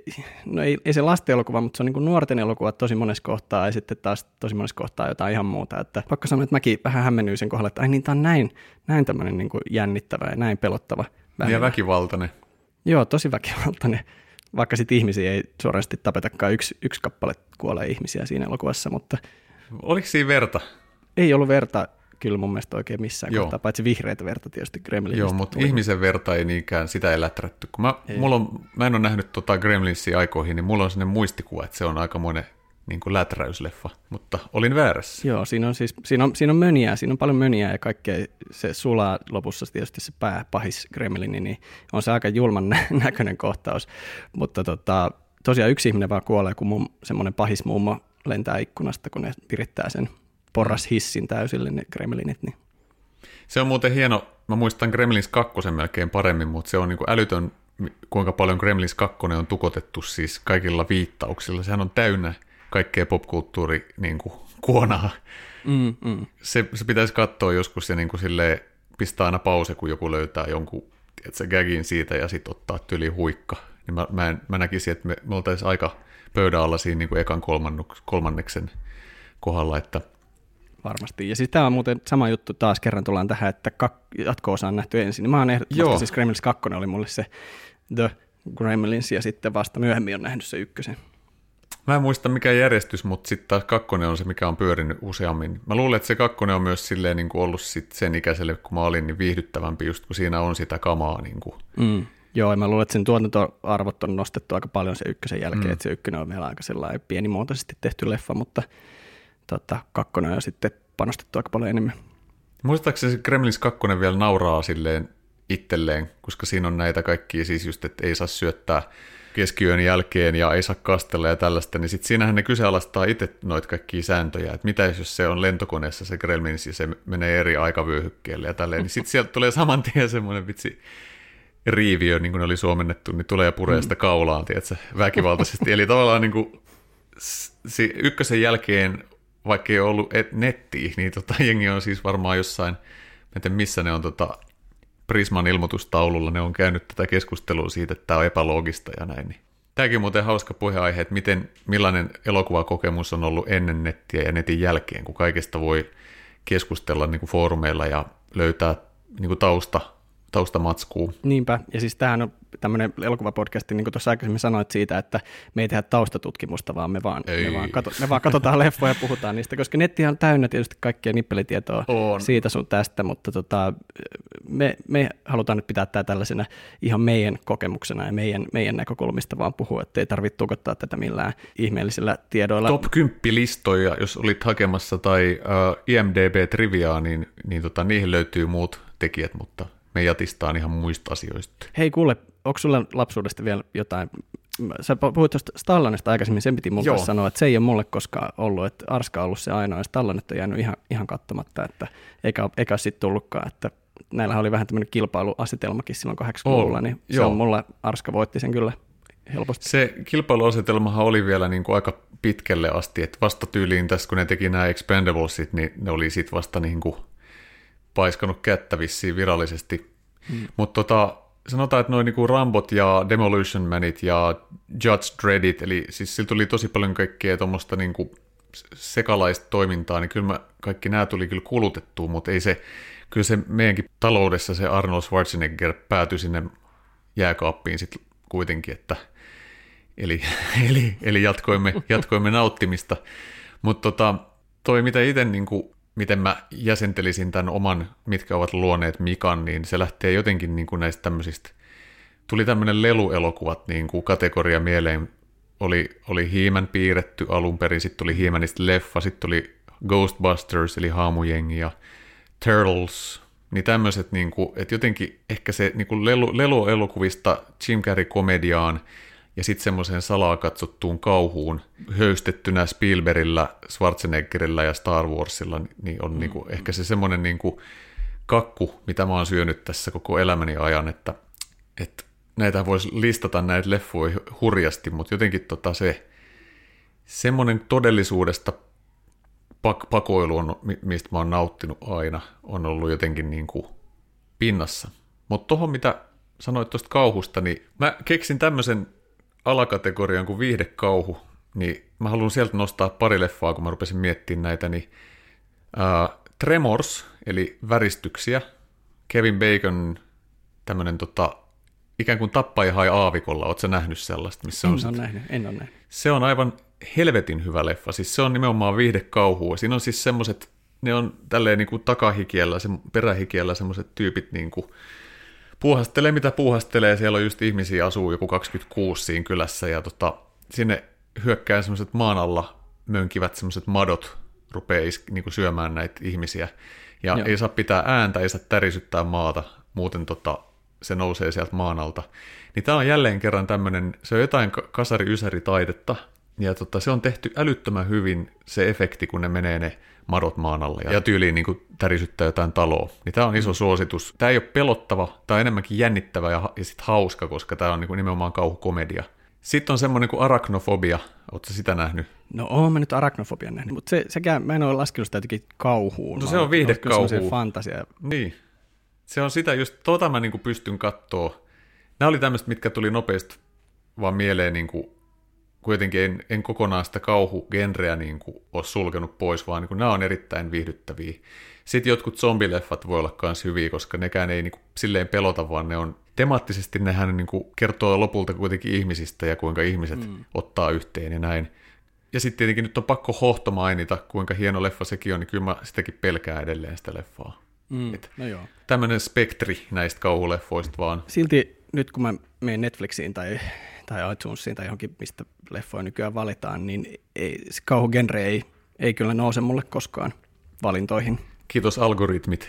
no ei, ei se lasten elokuva, mutta se on niinku nuorten elokuva tosi monessa kohtaa, ja sitten taas tosi monessa kohtaa jotain ihan muuta. Että pakko sanoa, että mäkin vähän hämmennyin sen kohdalla, että ai niin, tää on näin, näin tämmöinen niinku jännittävä ja näin pelottava. Välillä. Ja väkivaltainen. Joo, tosi väkivaltainen, vaikka sitten ihmisiä ei suorasti tapetakaan, yksi, yksi kappale kuolee ihmisiä siinä elokuvassa, mutta... Oliko siinä verta? Ei ollut verta kyllä mun mielestä oikein missään Joo. kohtaa, paitsi vihreitä verta tietysti Gremlinista. Joo, mutta tuli. Ihmisen verta ei niinkään, sitä ei läträtty. Kun mä, mulla on, mä en ole nähnyt tota Gremlinsia aikoihin, niin mulla on sellainen muistikuva, että se on aikamoinen niin kuin läträysleffa, mutta olin väärässä. Joo, siinä on siis, siinä on, siinä on möniää, siinä on paljon möniää ja kaikkea, se sulaa lopussa tietysti se pääpahis Gremlini, niin on se aika julman nä- näköinen kohtaus, mutta tota, tosiaan yksi ihminen vaan kuolee, kun mum, semmoinen pahis mummo lentää ikkunasta, kun ne virittää sen porrashissin täysille ne Gremlinit. Niin. Se on muuten hieno, mä muistan Gremlins kaksi melkein paremmin, mutta se on niin kuin älytön, kuinka paljon Gremlins kaksi on tukotettu siis kaikilla viittauksilla, sehän on täynnä kaikkea popkulttuuri niin kuin kuonaa. Mm, mm. Se, se pitäisi katsoa joskus ja niin kuin silleen, pistää aina pause, kun joku löytää jonkun tiedätkö, gagin siitä ja sitten ottaa tyli huikka. Niin mä, mä, en, mä näkisin, että me, me oltaisiin aika pöydän alla siinä niin kuin ekan kolmanneksen kohdalla. Että... Varmasti. Ja siis tämä on muuten sama juttu, taas kerran tullaan tähän, että kak- jatko-osa on nähty ensin. Mä oon ehdottomasti, siis Gremlins kaksi oli mulle se The Gremlins ja sitten vasta myöhemmin on nähnyt se ykkösen. Mä en muista mikä järjestys, mutta sitten taas kakkonen on se, mikä on pyörinyt useammin. Mä luulen, että se kakkonen on myös silleen niin kuin ollut sit sen ikäiselle, kun mä olin, niin viihdyttävämpi, just kun siinä on sitä kamaa niin kuin, mm. Joo, ja mä luulen, että sen tuotantoarvot on nostettu aika paljon sen ykkösen jälkeen, mm. että se ykkönen on vielä aika sellainen pienimuotoisesti tehty leffa, mutta tota, kakkonen on sitten panostettu aika paljon enemmän. Muistaakseni Gremlins kakkonen vielä nauraa silleen itselleen, koska siinä on näitä kaikkia siis just, että ei saa syöttää keskiyön jälkeen ja ei saa kastella ja tällaista, niin sitten siinähän ne kyseenalaistaa itse noita kaikkia sääntöjä, että mitä jos se on lentokoneessa se Gremlins ja se menee eri aikavyöhykkeelle ja tälleen, niin sitten sieltä tulee saman tien semmoinen vitsi riiviö, niin kuin ne oli suomennettu, niin tulee ja puree sitä kaulaan, tiedätkö, väkivaltaisesti. Eli tavallaan niin kuin, ykkösen jälkeen, vaikka ei ole ollut nettiä, niin tota, jengi on siis varmaan jossain, en tiedä missä ne on tota, Prisman ilmoitustaululla, ne on käynyt tätä keskustelua siitä, että tämä on epäloogista ja näin. Niin. Tämäkin on muuten hauska puheenaihe, että miten, millainen elokuvakokemus on ollut ennen nettiä ja netin jälkeen, kun kaikesta voi keskustella niin kuin foorumeilla ja löytää niin kuin tausta, taustamatskuu. Niinpä, ja siis tämähän on tämmöinen elokuvapodcasti, niin kuin tuossa aikaisemmin sanoit siitä, että me ei tehdä taustatutkimusta, vaan me vaan, me vaan, kato, me vaan katsotaan leffoja ja puhutaan niistä, koska netti on täynnä tietysti kaikkia nippelitietoa on. Siitä sun tästä, mutta tota, me, me halutaan nyt pitää tämä tällaisena ihan meidän kokemuksena ja meidän, meidän näkökulmista vaan puhua, että ei tarvitse tukottaa tätä millään ihmeellisillä tiedoilla. Top kymmenen listoja, jos olit hakemassa, tai uh, I M D B-triviaa, niin, niin tota, niihin löytyy muut tekijät, mutta me jatistaan ihan muista asioista. Hei kuule, onko sulla lapsuudesta vielä jotain? Sä puhuit tuosta Stallanesta aikaisemmin, sen piti mulle sanoa, että se ei ole mulle koskaan ollut, että Arska on ollut se ainoa, ja Stallanet on jäänyt ihan, ihan katsomatta, että eikä, eikä ole sitten tullutkaan, että näillähän oli vähän tämmöinen kilpailuasetelmakin silloin kahdeksankymmentäluvulla, niin se on mulla, Arska voitti sen kyllä helposti. Se kilpailuasetelmahan oli vielä niin kuin aika pitkälle asti, että vasta tyyliin tässä, kun ne teki nämä Expendables, niin ne oli sitten vasta niin kuin paiskanut kättä vissiin virallisesti. Hmm. Mutta tota, sanotaan, että noin niinku Rambot ja Demolition Manit ja Judge Dreddit, eli siis sillä tuli tosi paljon kaikkea tuommoista niinku sekalaista toimintaa, niin kyllä mä, kaikki nämä tuli kyllä kulutettua, mutta ei se, kyllä se meidänkin taloudessa se Arnold Schwarzenegger päätyi sinne jääkaappiin sitten kuitenkin, että eli, eli, eli jatkoimme, jatkoimme nauttimista. Mutta tota, toi mitä itse niinku miten mä jäsentelisin tämän oman, mitkä ovat luoneet Mikan, niin se lähtee jotenkin niin kuin näistä tämmöisistä, tuli tämmöinen leluelokuvat niin kuin kategoria mieleen, oli, oli He-Man piirretty alun perin, sitten tuli He-Manista leffa, sitten tuli Ghostbusters, eli haamujengi, ja Turtles, niin tämmöiset, niin kuin, että jotenkin ehkä se niin kuin lelu, leluelokuvista Jim Carrey-komediaan, ja sitten semmoiseen salaa katsottuun kauhuun höystettynä Spielbergillä, Schwarzeneggerillä ja Star Warsilla, niin on mm. niinku ehkä se semmoinen niinku kakku, mitä mä oon syönyt tässä koko elämäni ajan, että, että näitä voisi listata näitä leffoja hurjasti, mutta jotenkin tota se semmoinen todellisuudesta pak- pakoilu, on, mistä mä oon nauttinut aina, on ollut jotenkin niinku pinnassa. Mutta tohon mitä sanoit tuosta kauhusta, niin mä keksin tämmöisen alakategorian kuin viihdekauhu, niin mä haluan sieltä nostaa pari leffaa, kun mä rupesin miettimään näitä, niin uh, Tremors, eli väristyksiä, Kevin Bacon, tämmöinen tota, ikään kuin tappaja hai aavikolla, ootko sä nähnyt sellaista? Missä en on ole sit... nähnyt, en ole nähnyt. Se on aivan helvetin hyvä leffa, siis se on nimenomaan viihdekauhua, siinä on siis semmoiset, ne on tälleen niin kuin takahikiellä, se, perähikiellä semmoiset tyypit niin kuin puuhastelee mitä puuhastelee, siellä on just ihmisiä asuu joku kaksikymmentäkuusi siinä kylässä ja tota, sinne hyökkää semmoiset maan alla mönkivät semmoiset madot, rupeaa niin kuin syömään näitä ihmisiä ja Joo. ei saa pitää ääntä, ei saa tärisyttää maata, muuten tota, se nousee sieltä maan alta. Niin tää on jälleen kerran tämmöinen, se on jotain kasari-ysäri-taidetta ja tota, se on tehty älyttömän hyvin se efekti, kun ne menee ne madot maan alla ja, ja tyyliin niin kuin tärisyttää jotain taloa. Niin tämä on iso suositus. Tämä ei ole pelottava, tämä on enemmänkin jännittävä ja, ja sitten hauska, koska tämä on niin kuin nimenomaan kauhukomedia. Sitten on semmoinen kuin arachnofobia. Oletko sitä nähnyt? No oon mä nyt arachnofobian nähnyt, mutta se, sekään, mä en ole laskenut sitä jotenkin kauhuun. No se on viihdekauhu. Se on fantasia. Niin. Se on sitä just, tota mä niin kuin pystyn kattoo. Nämä oli tämmöistä, mitkä tuli nopeasti vaan mieleen niin kuin kuitenkin en, en kokonaan sitä kauhugenreä niin kuin ole sulkenut pois, vaan niin kuin nämä on erittäin viihdyttäviä. Sitten jotkut zombileffat voi olla myös hyviä, koska nekään ei niin kuin silleen pelota, vaan ne on temaattisesti, nehän niin kuin kertoo lopulta kuitenkin ihmisistä ja kuinka ihmiset mm. ottaa yhteen ja näin. Ja sitten tietenkin nyt on pakko hohto mainita, kuinka hieno leffa sekin on, niin kyllä mä sitäkin pelkään edelleen sitä leffaa. Mm, no joo. Tämmöinen spektri näistä kauhuleffoista vaan. Silti nyt kun mä menen Netflixiin tai, tai iTunesiin tai johonkin, mistä leffoja nykyään valitaan, niin ei, se kauhugenre ei, ei kyllä nouse mulle koskaan valintoihin. Kiitos algoritmit.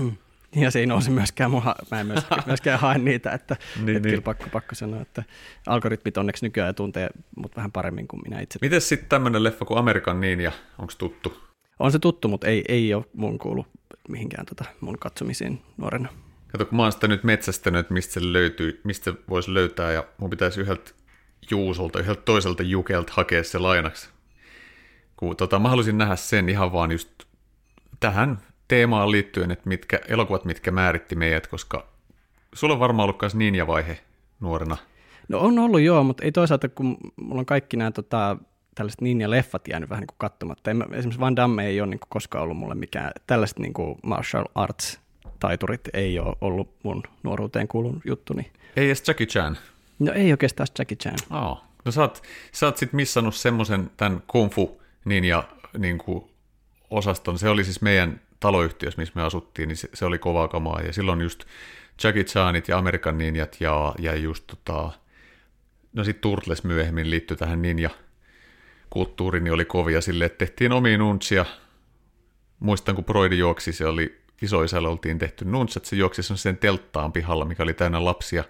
Ja se ei nouse myöskään, mua, mä en myöskään, myöskään hae niitä, että, niin, että niin. kyllä pakko, pakko sanoa, että algoritmit onneksi nykyään tuntee mut vähän paremmin kuin minä itse. Miten sitten tämmöinen leffa kuin American Ninja, onko tuttu? On se tuttu, mutta ei, ei ole mun kuulu mihinkään tota mun katsomisiin nuorena. Kato, kun mä oon sitä nyt metsästänyt, että mistä se löytyy, mistä se voisi löytää, ja mun pitäisi yhdeltä Juusolta, yhdeltä toiselta Jukelta hakea se lainaksi. Kun, tota, mä halusin nähdä sen ihan vaan just tähän teemaan liittyen, että mitkä elokuvat, mitkä määritti meidät, koska sulla on varmaan ollut myös ninja-vaihe nuorena. No on ollut joo, mutta ei toisaalta, kun mulla on kaikki nämä tota, tällaiset ninja-leffat jäänyt vähän niin kuin katsomatta. En mä, esimerkiksi Van Damme ei ole niin kuin koskaan ollut mulle mikään, tällaiset niin kuin martial arts-taiturit ei ole ollut mun nuoruuteen kuulunut juttuni. Ei edes Jackie Chan? No ei oikeastaan Jackie Chan. Oh. No sä oot, sä oot sit missannut semmoisen tämän Kung Fu ninja niin kuin osaston. Se oli siis meidän taloyhtiössä, missä me asuttiin, niin se, se oli kovaa kamaa. Ja silloin just Jackie Chanit ja American Ninjat ja, ja just tota, no sit Turtles myöhemmin liittyi tähän ninja-kulttuuriin, niin oli kovia silleen, että tehtiin omia nuntsia. Muistan, kun Broidi juoksi, se oli isoisällä oltiin tehty nuntsat, se juoksi sen telttaan pihalla, mikä oli täynnä lapsia.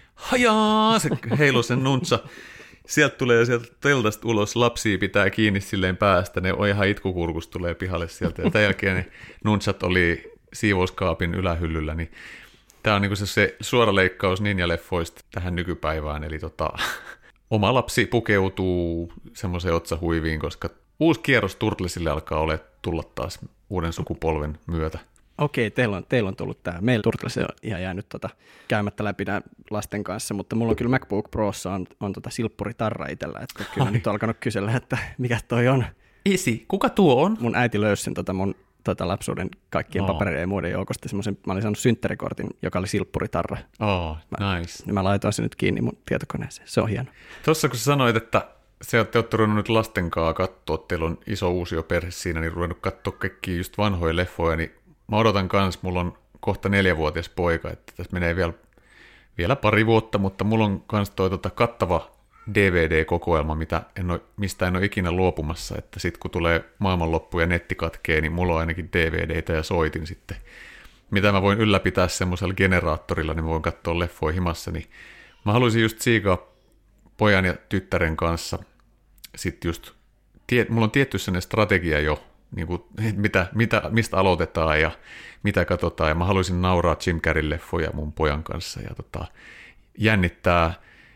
Hajaa, se heilui sen nuntsa. Sieltä tulee sieltä teltasta ulos, lapsia pitää kiinni silleen päästä, ne on ihan itkukurkus tulee pihalle sieltä. Ja tämän jälkeen ne nuntsat oli siivouskaapin ylähyllyllä, niin tämä on niinku se, se suora leikkaus ninjaleffoista tähän nykypäivään. Eli tota, oma lapsi pukeutuu semmoiseen otsahuiviin, koska uusi kierros Turtlesille alkaa ole tulla taas uuden sukupolven myötä. Okei, teillä on, teillä on tullut tämä. Meillä Turtles on ihan jäänyt tota, käymättä läpi nämä lasten kanssa, mutta mulla on kyllä MacBook Prossa on, on tota silppuritarra itsellä, että kyllä Ai. Nyt on alkanut kysellä, että mikä toi on. Isi, kuka tuo on? Mun äiti löysi sen tota mun tota lapsuuden kaikkien oh. papereiden ja muiden joukosta semmoisen, mä olin saanut synttärikortin, joka oli silppuritarra. Oh, mä, nice. Mä laitoin sen nyt kiinni mun tietokoneeseen, se on hieno. Tuossa kun sä sanoit, että se olette olette ruvennut nyt lasten kanssa katsoa, teillä on iso uusio perhe siinä, niin ruvennut katsoa kaikkia just vanhoja leffoja, niin mä odotan kans, mulla on kohta neljävuotias poika, että tässä menee vielä, vielä pari vuotta, mutta mulla on kans toi tota kattava D V D-kokoelma, mitä en ole, mistä en ole ikinä luopumassa, että sit kun tulee maailmanloppu ja netti katkee, niin mulla on ainakin D V D:tä ja soitin sitten, mitä mä voin ylläpitää semmoisella generaattorilla, niin mä voin katsoa leffoja himassa, niin mä haluaisin just siikaa pojan ja tyttären kanssa, sitten just, tie, mulla on tietty sellainen strategia jo, niin kuin, mitä, mitä, mistä aloitetaan ja mitä katsotaan, ja mä haluaisin nauraa Jim Carreyn leffoja mun pojan kanssa, ja tota, jännittää,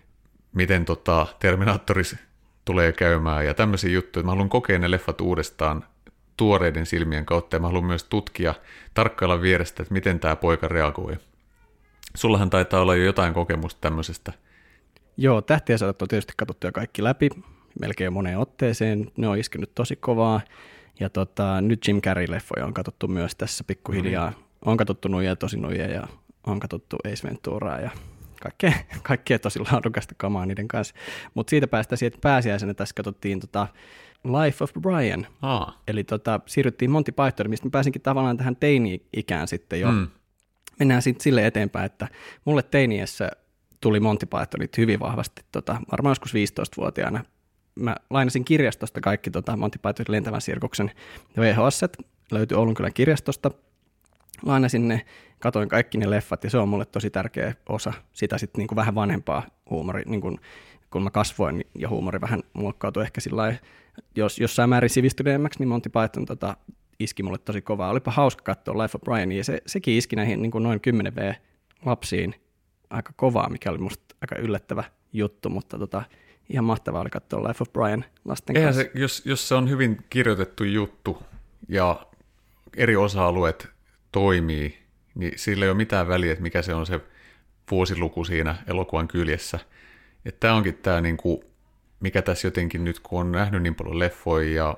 miten tota, Terminaattoris tulee käymään, ja tämmöisiä juttuja, mä haluan kokea ne leffat uudestaan tuoreiden silmien kautta, ja mä haluan myös tutkia, tarkkailla vierestä, että miten tämä poika reagoi. Sullahan taitaa olla jo jotain kokemusta tämmöisestä. Joo, Tähtiä sodat on tietysti katsottu jo kaikki läpi, melkein moneen otteeseen, ne on iskenyt tosi kovaa, ja tota, nyt Jim Carrey-leffoja on katsottu myös tässä pikkuhiljaa. Mm. On katsottu Nuija tosi Nuija ja on katsottu Ace Venturaa ja kaikkea, kaikkea tosi laadukasta kamaa niiden kanssa. Mutta siitä päästään siihen, että pääsiäisenä tässä katsottiin tota Life of Brian. Ah. Eli tota, siirryttiin Monty Python, mistä mä pääsinkin tavallaan tähän teini-ikään sitten jo. Mm. Mennään sitten sille eteenpäin, että mulle teiniessä tuli Monty Pythonit hyvin vahvasti, tota, varmaan joskus viisitoistavuotiaana. Mä lainasin kirjastosta kaikki tota Monty Pythonin lentävän sirkuksen V H S, löytyi Oulunkylän kirjastosta. Lainasin ne, katoin kaikki ne leffat, ja se on mulle tosi tärkeä osa sitä sitten niin kuin vähän vanhempaa huumoria, niin kuin, kun mä kasvoin ja huumori vähän muokkautui ehkä sillä lailla, jos jossain määrin sivistyneemmäksi, niin Monty Python tota, iski mulle tosi kovaa. Olipa hauska katsoa Life of Brian, ja se, sekin iski näihin niin kuin noin kymmenen vuotiaisiin lapsiin aika kovaa, mikä oli musta aika yllättävä juttu, mutta tota, ihan mahtavaa oli katsoa Life of Brian lasten Eihän kanssa. Se, jos, jos se on hyvin kirjoitettu juttu ja eri osa-alueet toimii, niin sillä ei ole mitään väliä, että mikä se on se vuosiluku siinä elokuvan kyljessä. Että tämä onkin tämä, niin kuin, mikä tässä jotenkin nyt, kun on nähnyt niin paljon leffoja ja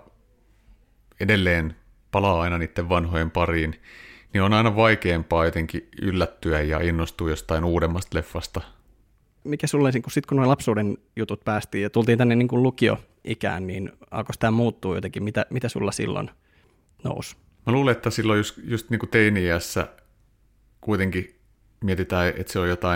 edelleen palaa aina niiden vanhojen pariin, niin on aina vaikeampaa jotenkin yllättyä ja innostua jostain uudemmasta leffasta. Mikä sulle, kun sitten kun nuo lapsuuden jutut päästiin ja tultiin tänne niin kuin lukioikään, niin alkoiko tämä muuttua jotenkin? Mitä, mitä sulla silloin nousi? Mä luulen, että silloin just, just niin kuin teini-iässä kuitenkin mietitään, että se on jotain,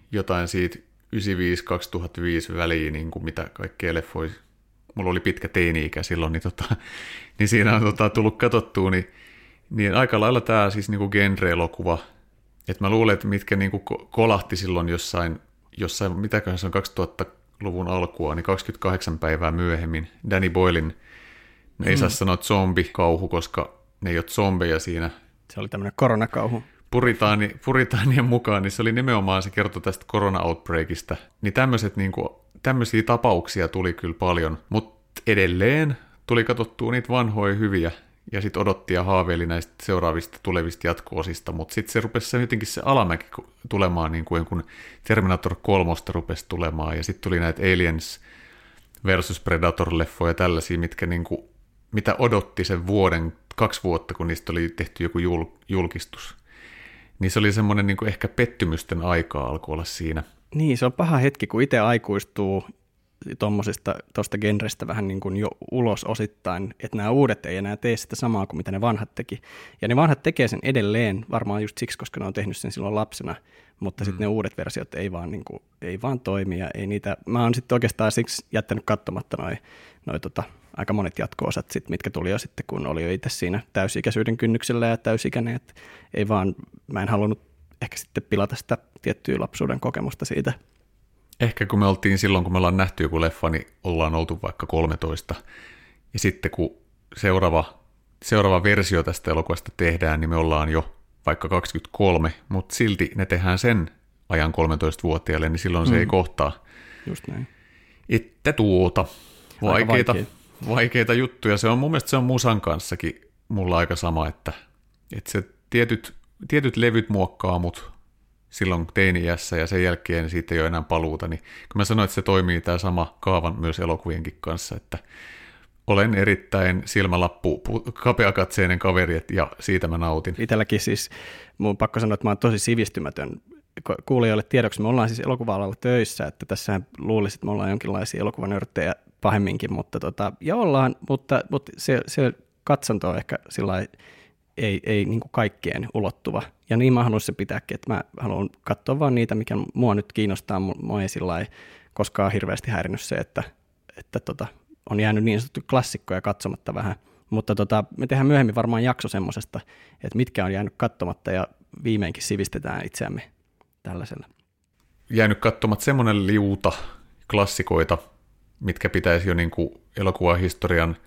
jotain siitä yhdeksänkymmentäviisi kaksituhattaviisi väliin, niin kuin mitä kaikkea leffoja, mulla oli pitkä teini-ikä silloin, niin, tota, niin siinä on tota, tullut katsottua, niin, niin aika lailla tämä siis niin kuin genre-elokuva, että mä luulen, että mitkä niin kuin kolahti silloin jossain, jossain mitäköhän se on kaksituhattaluvun alkua, niin kaksikymmentäkahdeksan päivää myöhemmin Danny Boylen, ne ei mm. saa sanoa zombikauhu, koska ne ei ole zombeja siinä. Se oli tämmöinen koronakauhu. Puritaani, Puritaanien mukaan, niin se oli nimenomaan, se kertoi tästä korona-outbreakista. Niin tämmöiset, niin kuin, tämmöisiä tapauksia tuli kyllä paljon, mutta edelleen tuli katsottua niitä vanhoja hyviä, ja sitten odotti ja haaveili näistä seuraavista tulevista jatko-osista, mutta sitten se rupesi se, jotenkin se alamäki tulemaan, niin kuin kun Terminator kolme rupesi tulemaan, ja sitten tuli näitä Aliens versus Predator-leffoja tällaisia, mitkä niin kuin, mitä odotti sen vuoden, kaksi vuotta, kun niistä oli tehty joku jul, julkistus. Niin se oli semmoinen niin kuin ehkä pettymysten aikaa alkoi olla siinä. Niin, se on paha hetki, kun itse aikuistuu tuommoisesta tuosta genrestä vähän niin kuin jo ulos osittain, että nämä uudet ei enää tee sitä samaa kuin mitä ne vanhat teki. Ja ne vanhat tekee sen edelleen, varmaan just siksi, koska ne on tehnyt sen silloin lapsena, mutta mm. sitten ne uudet versiot ei vaan, niin kuin, ei vaan toimi. Ja ei niitä, mä oon sitten oikeastaan siksi jättänyt katsomatta noi, noi tota, aika monet jatko-osat, sit, mitkä tuli jo sitten, kun oli jo itse siinä täysikäisyyden kynnyksellä ja täysikäinen. Et ei vaan, mä en halunnut ehkä sitten pilata sitä tiettyä lapsuuden kokemusta siitä. Ehkä kun me oltiin silloin, kun me ollaan nähty joku leffa, niin ollaan oltu vaikka kolmetoista. Ja sitten kun seuraava, seuraava versio tästä elokuvasta tehdään, niin me ollaan jo vaikka kaksikymmentäkolme, mutta silti ne tehdään sen ajan kolmetoistavuotiaille, niin silloin mm. se ei kohtaa. Just näin. Että tuota, vaikeita, vaikeita juttuja. Se on mun mielestä se on musan kanssakin mulla aika sama, että, että se tietyt, tietyt levyt muokkaa mut silloin teini-iässä ja sen jälkeen siitä ei ole enää paluuta, niin kun mä sanoin, että se toimii tämä sama kaavan myös elokuvienkin kanssa, että olen erittäin silmälappu, kapeakatseinen kaveri ja siitä mä nautin. Itselläkin siis, mun on pakko sanoa, että mä oon tosi sivistymätön. Kuulijoille tiedoksi, me ollaan siis elokuva-alalla töissä, että tässä luulisi, että me ollaan jonkinlaisia elokuvanörttejä pahemminkin, mutta tota, ja ollaan, mutta, mutta se, se katsonto on ehkä sillai, ei, ei niin kuin kaikkeen ulottuva. Ja niin mä haluan se pitääkin, että mä haluan katsoa vaan niitä, mikä mua nyt kiinnostaa. Mua ei sillai koskaan hirveästi häirinyt se, että, että tota, on jäänyt niin sanottu klassikkoja katsomatta vähän. Mutta tota, me tehdään myöhemmin varmaan jakso semmosesta, että mitkä on jäänyt katsomatta ja viimeinkin sivistetään itseämme tällaisella. Jäänyt katsomatta semmoinen liuta klassikoita, mitkä pitäisi jo niin kuin elokuvahistorian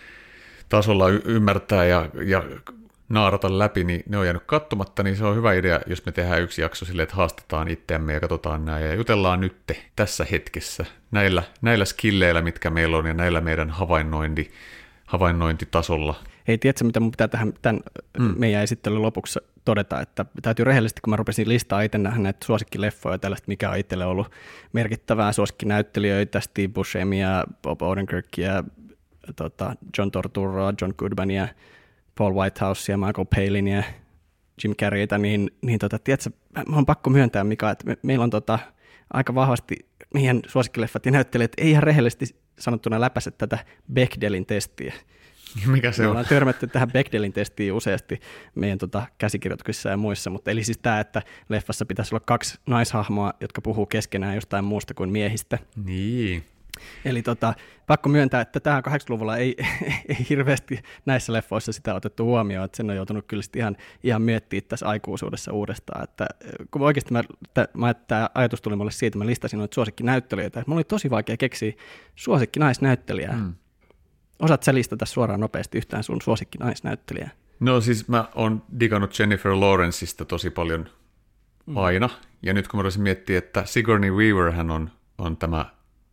tasolla y- ymmärtää ja, ja naarata läpi, niin ne on jäänyt katsomatta, niin se on hyvä idea, jos me tehdään yksi jakso silleen, että haastetaan itseämme ja katsotaan nämä ja jutellaan nyt tässä hetkessä näillä, näillä skilleillä, mitkä meillä on ja näillä meidän havainnointi, havainnointitasolla. Hei, tiedätkö, mitä mun pitää tähän tämän mm. meidän esittelyn lopuksi todeta, että täytyy rehellisesti, kun mä rupesin listaa itse nähdä näitä suosikkileffoja, tällaista, mikä on itselle ollut merkittävää, suosikkinäyttelijöitä, Steve Buscemia, Bob Odenkirkia, tota, John Turturroa, John Goodmania, Paul Whitehousea, Michael Palinia, Jim Carreytä, niin, niin tota, tiedätkö, mä on pakko myöntää, Mika, että me, meillä on tota, aika vahvasti meidän suosikkileffat ja näyttelijät ei ihan rehellisesti sanottuna läpäise tätä Bechdelin testiä. Mikä se me on? ollaan törmätty tähän Bechdelin testiin useasti meidän tota, käsikirjoituksissa ja muissa, mutta eli siis tämä, että leffassa pitäisi olla kaksi naishahmoa, jotka puhuu keskenään jostain muusta kuin miehistä. Niin. Eli tota, pakko myöntää, että tähän kahdeksankymmentäluvulla ei, ei hirveästi näissä leffoissa sitä otettu huomioon, että sen on joutunut kyllä ihan, ihan miettimään tässä aikuisuudessa uudestaan. Että, kun oikeasti mä, mä, tämä ajatus tuli mulle siitä, että mä listasin noita suosikkinäyttelijöitä, että mulla oli tosi vaikea keksiä suosikkinaisnäyttelijää. Hmm. Osaat sä listata suoraan nopeasti yhtään sun suosikkinaisnäyttelijää? No siis mä oon digannut Jennifer Lawrenceista tosi paljon hmm. aina, ja nyt kun mä voisin miettiä, että Sigourney Weaver hän on, on tämä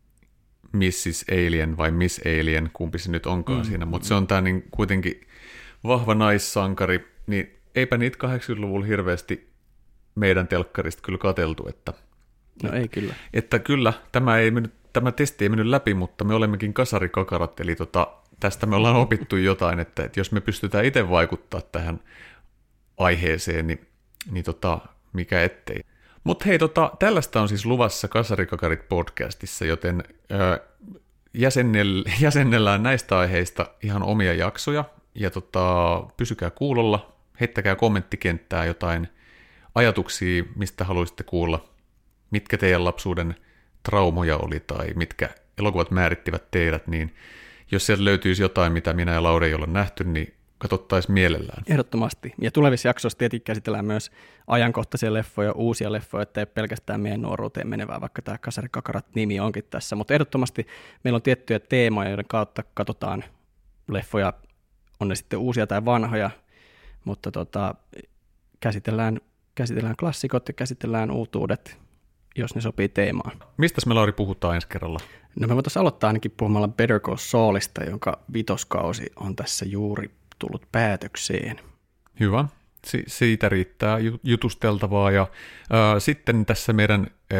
missis Alien vai Miss Alien, kumpi se nyt onkaan mm, siinä, mutta mm. se on tämä niin kuitenkin vahva naissankari, niin eipä niitä kahdeksankymmentäluvulla hirveästi meidän telkkarista kyllä katseltu, että, no että, ei kyllä. että kyllä tämä, ei mennyt, tämä testi ei mennyt läpi, mutta me olemmekin kasarikakarat, eli tota, tästä me ollaan opittu jotain, että, että jos me pystytään itse vaikuttaa tähän aiheeseen, niin, niin tota, mikä ettei. Mutta hei, tota, tällaista on siis luvassa Kasarikakarit podcastissa, joten ö, jäsennell, jäsennellään näistä aiheista ihan omia jaksoja, ja tota, pysykää kuulolla, heittäkää kommenttikenttää jotain ajatuksia, mistä haluaisitte kuulla mitkä teidän lapsuuden traumoja oli tai mitkä elokuvat määrittivät teidät, niin jos sieltä löytyisi jotain, mitä minä ja Lauri ei ole nähty, niin katsottaisiin mielellään. Ehdottomasti. Ja tulevissa jaksoissa tietenkin käsitellään myös ajankohtaisia leffoja, uusia leffoja, ettei pelkästään meidän nuoruuteen menevää, vaikka tämä Kasarikakarat-nimi onkin tässä. Mutta ehdottomasti meillä on tiettyjä teemoja, joiden kautta katsotaan leffoja, on ne sitten uusia tai vanhoja, mutta tota, käsitellään, käsitellään klassikot ja käsitellään uutuudet, jos ne sopii teemaan. Mistäs me, Lauri, puhutaan ensi kerralla? No me voitaisiin aloittaa ainakin puhumalla Better Call Saulista, jonka vitoskausi on tässä juuri tullut päätökseen. Hyvä. Si- siitä riittää jutusteltavaa. Ja ää, sitten tässä meidän ää,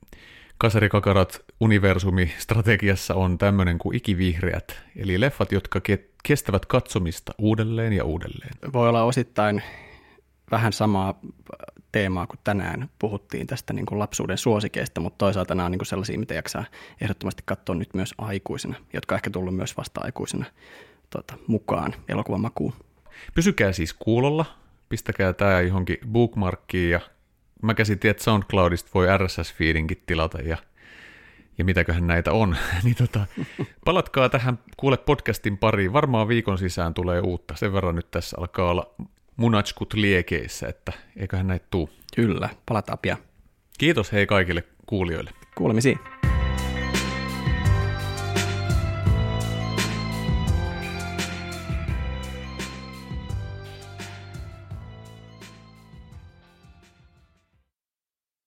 Kasarikakarat-universumi-strategiassa on tämmöinen kuin ikivihreät, eli leffat, jotka ke- kestävät katsomista uudelleen ja uudelleen. Voi olla osittain vähän samaa teemaa kuin tänään puhuttiin tästä niin kuin lapsuuden suosikeista, mutta toisaalta nämä on niin kuin sellaisia, mitä jaksaa ehdottomasti katsoa nyt myös aikuisena, jotka on ehkä tullut myös vasta aikuisena tuota, mukaan elokuvan makuun. Pysykää siis kuulolla, pistäkää tämä johonkin bookmarkkiin ja mä käsitin, että SoundCloudista voi R S S-feedinkin tilata ja, ja mitäköhän näitä on. niin tota, palatkaa tähän kuule podcastin pariin, varmaan viikon sisään tulee uutta, sen verran nyt tässä alkaa olla munatskut liekeissä, että eiköhän näitä tuu. Kyllä, palataan pian. Kiitos hei kaikille kuulijoille. Kuulemisiin.